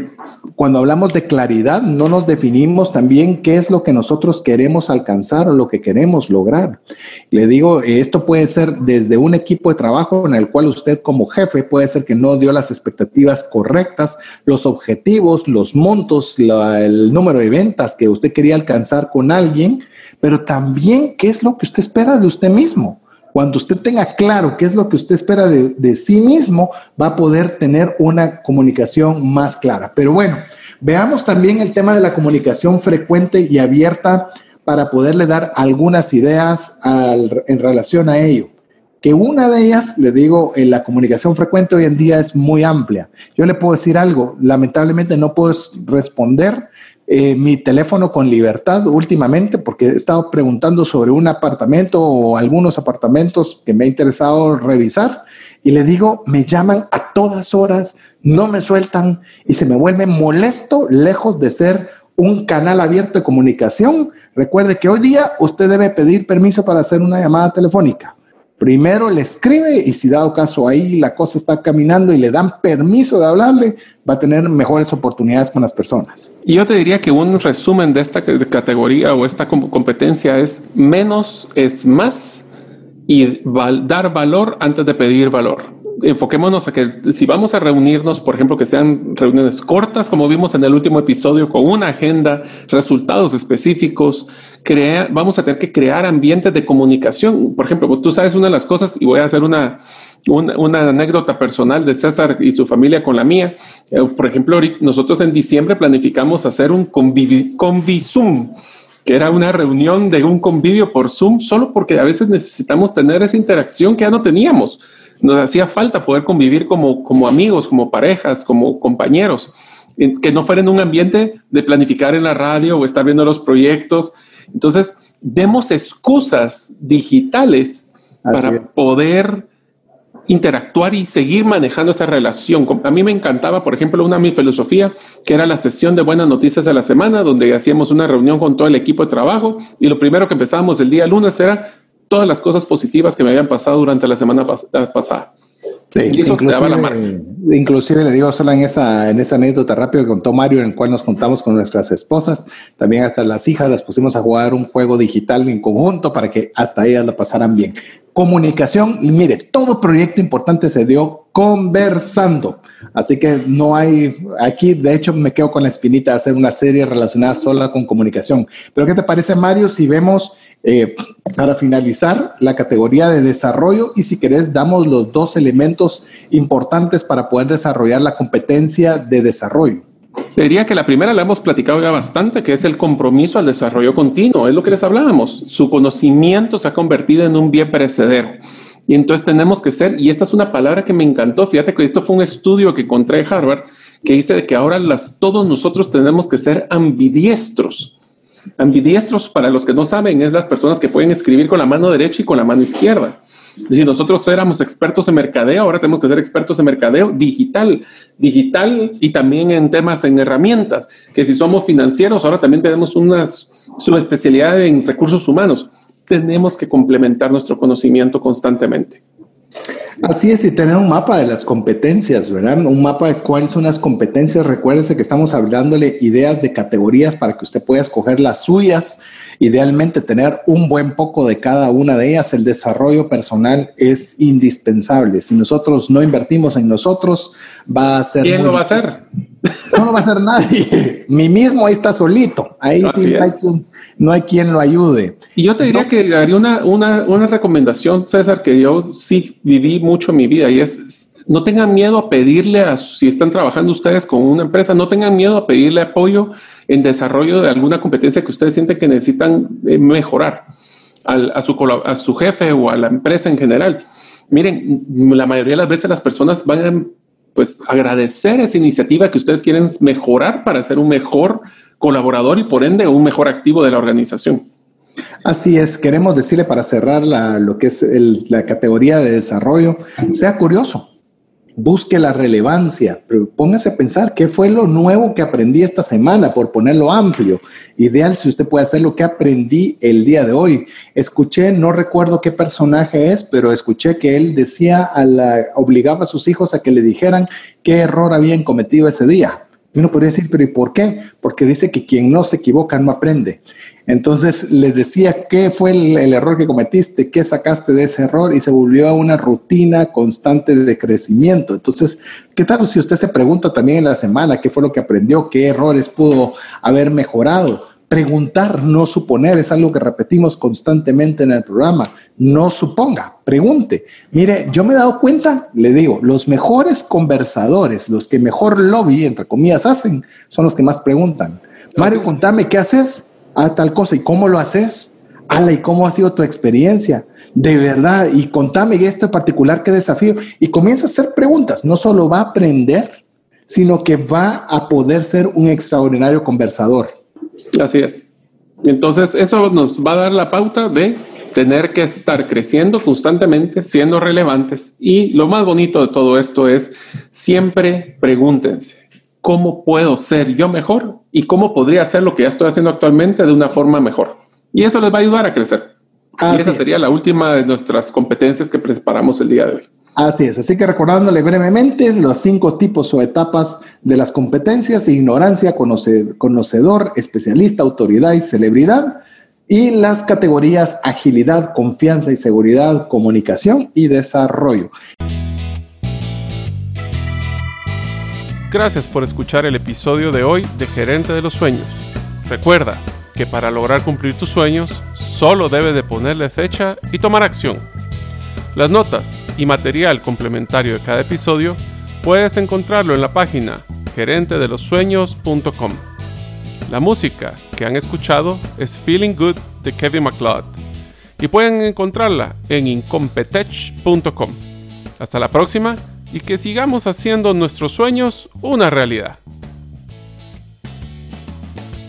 cuando hablamos de claridad, no nos definimos también qué es lo que nosotros queremos alcanzar o lo que queremos lograr. Le digo, esto puede ser desde un equipo de trabajo en el cual usted como jefe puede ser que no dio las expectativas correctas, los objetivos, los montos, el número de ventas que usted quería alcanzar con alguien, pero también qué es lo que usted espera de usted mismo. Cuando usted tenga claro qué es lo que usted espera de sí mismo, va a poder tener una comunicación más clara. Pero bueno, veamos también el tema de la comunicación frecuente y abierta para poderle dar algunas ideas en relación a ello. Que una de ellas, le digo, en la comunicación frecuente hoy en día es muy amplia. Yo le puedo decir algo, lamentablemente no puedo responder mi teléfono con libertad últimamente porque he estado preguntando sobre un apartamento o algunos apartamentos que me ha interesado revisar y le digo, me llaman a todas horas, no me sueltan y se me vuelve molesto, lejos de ser un canal abierto de comunicación. Recuerde que hoy día usted debe pedir permiso para hacer una llamada telefónica. Primero le escribe y si dado caso ahí la cosa está caminando y le dan permiso de hablarle, va a tener mejores oportunidades con las personas. Y yo te diría que un resumen de esta categoría o esta competencia es menos es más y dar valor antes de pedir valor. Enfoquémonos a que si vamos a reunirnos, por ejemplo, que sean reuniones cortas, como vimos en el último episodio, con una agenda, resultados específicos, vamos a tener que crear ambientes de comunicación. Por ejemplo, tú sabes una de las cosas, y voy a hacer una anécdota personal de César y su familia con la mía. Por ejemplo, nosotros en diciembre planificamos hacer un convi-Zoom, que era una reunión de un convivio por Zoom, solo porque a veces necesitamos tener esa interacción que ya no teníamos. Nos hacía falta poder convivir como amigos, como parejas, como compañeros, que no fuera en un ambiente de planificar en la radio o estar viendo los proyectos. Entonces, demos excusas digitales para poder interactuar y seguir manejando esa relación. A mí me encantaba, por ejemplo, una de mis filosofía, que era la sesión de buenas noticias de la semana, donde hacíamos una reunión con todo el equipo de trabajo y lo primero que empezábamos el día lunes era todas las cosas positivas que me habían pasado durante la semana pasada. Sí, y eso inclusive le digo solo en esa anécdota rápida que contó Mario, en el cual nos contamos con nuestras esposas, también hasta las hijas las pusimos a jugar un juego digital en conjunto para que hasta ellas la pasaran bien. Comunicación, y mire, todo proyecto importante se dio conversando, así que no hay, aquí de hecho me quedo con la espinita de hacer una serie relacionada sola con comunicación. Pero ¿qué te parece, Mario, si vemos Para finalizar, la categoría de desarrollo, y si querés damos los 2 elementos importantes para poder desarrollar la competencia de desarrollo. Te diría que la primera la hemos platicado ya bastante, que es el compromiso al desarrollo continuo. Es lo que les hablábamos. Su conocimiento se ha convertido en un bien perecedero. Y entonces tenemos que ser, y esta es una palabra que me encantó, fíjate que esto fue un estudio que encontré en Harvard, que dice que ahora todos nosotros tenemos que ser ambidiestros. Ambidiestros, para los que no saben, es las personas que pueden escribir con la mano derecha y con la mano izquierda. Si nosotros éramos expertos en mercadeo, ahora tenemos que ser expertos en mercadeo digital y también en temas, en herramientas, que si somos financieros, ahora también tenemos una subespecialidad en recursos humanos. Tenemos que complementar nuestro conocimiento constantemente. Así es, y tener un mapa de las competencias, ¿verdad? Un mapa de cuáles son las competencias. Recuérdese que estamos hablándole ideas de categorías para que usted pueda escoger las suyas. Idealmente tener un buen poco de cada una de ellas. El desarrollo personal es indispensable. Si nosotros no invertimos en nosotros, va a ser... ¿Quién lo va a hacer? No lo va a hacer nadie. Mí mismo ahí está solito. Ahí sí no hay quien lo ayude. Y yo te diría que daría una recomendación, César, que yo sí viví mucho en mi vida, y es: no tengan miedo a pedirle, si están trabajando ustedes con una empresa, no tengan miedo a pedirle apoyo en desarrollo de alguna competencia que ustedes sienten que necesitan mejorar a su jefe o a la empresa en general. Miren, la mayoría de las veces las personas van a agradecer esa iniciativa que ustedes quieren mejorar para ser un mejor colaborador y por ende un mejor activo de la organización. Así es, queremos decirle para cerrar lo que es la categoría de desarrollo, sea curioso, busque la relevancia, pero póngase a pensar qué fue lo nuevo que aprendí esta semana, por ponerlo amplio. Ideal si usted puede hacer lo que aprendí el día de hoy. Escuché, no recuerdo qué personaje es, pero escuché que él decía, obligaba a sus hijos a que le dijeran qué error habían cometido ese día. Y uno podría decir, pero ¿y por qué? Porque dice que quien no se equivoca no aprende. Entonces les decía qué fue el error que cometiste, qué sacaste de ese error, y se volvió a una rutina constante de crecimiento. Entonces, ¿qué tal si usted se pregunta también en la semana qué fue lo que aprendió, qué errores pudo haber mejorado? Preguntar, no suponer, es algo que repetimos constantemente en el programa. No suponga, pregunte. Mire, yo me he dado cuenta, le digo, los mejores conversadores, los que mejor lobby, entre comillas, hacen, son los que más preguntan. Mario, contame, ¿qué haces? Tal cosa. ¿Y cómo lo haces? ¿Y cómo ha sido tu experiencia? De verdad, y contame esto en particular, qué desafío. Y comienza a hacer preguntas. No solo va a aprender, sino que va a poder ser un extraordinario conversador. Así es. Entonces, eso nos va a dar la pauta de tener que estar creciendo constantemente, siendo relevantes. Y lo más bonito de todo esto es siempre pregúntense: ¿cómo puedo ser yo mejor? ¿Y cómo podría hacer lo que ya estoy haciendo actualmente de una forma mejor? Y eso les va a ayudar a crecer. Y esa sería la última de nuestras competencias que preparamos el día de hoy. Así es. Así que recordándole brevemente los 5 tipos o etapas de las competencias: ignorancia, conocedor, especialista, autoridad y celebridad. Y las categorías: agilidad, confianza y seguridad, comunicación y desarrollo. Gracias por escuchar el episodio de hoy de Gerente de los Sueños. Recuerda que para lograr cumplir tus sueños, solo debes de ponerle fecha y tomar acción. Las notas y material complementario de cada episodio puedes encontrarlo en la página gerentedelosueños.com. La música que han escuchado es Feeling Good de Kevin MacLeod y pueden encontrarla en incompetech.com. Hasta la próxima y que sigamos haciendo nuestros sueños una realidad.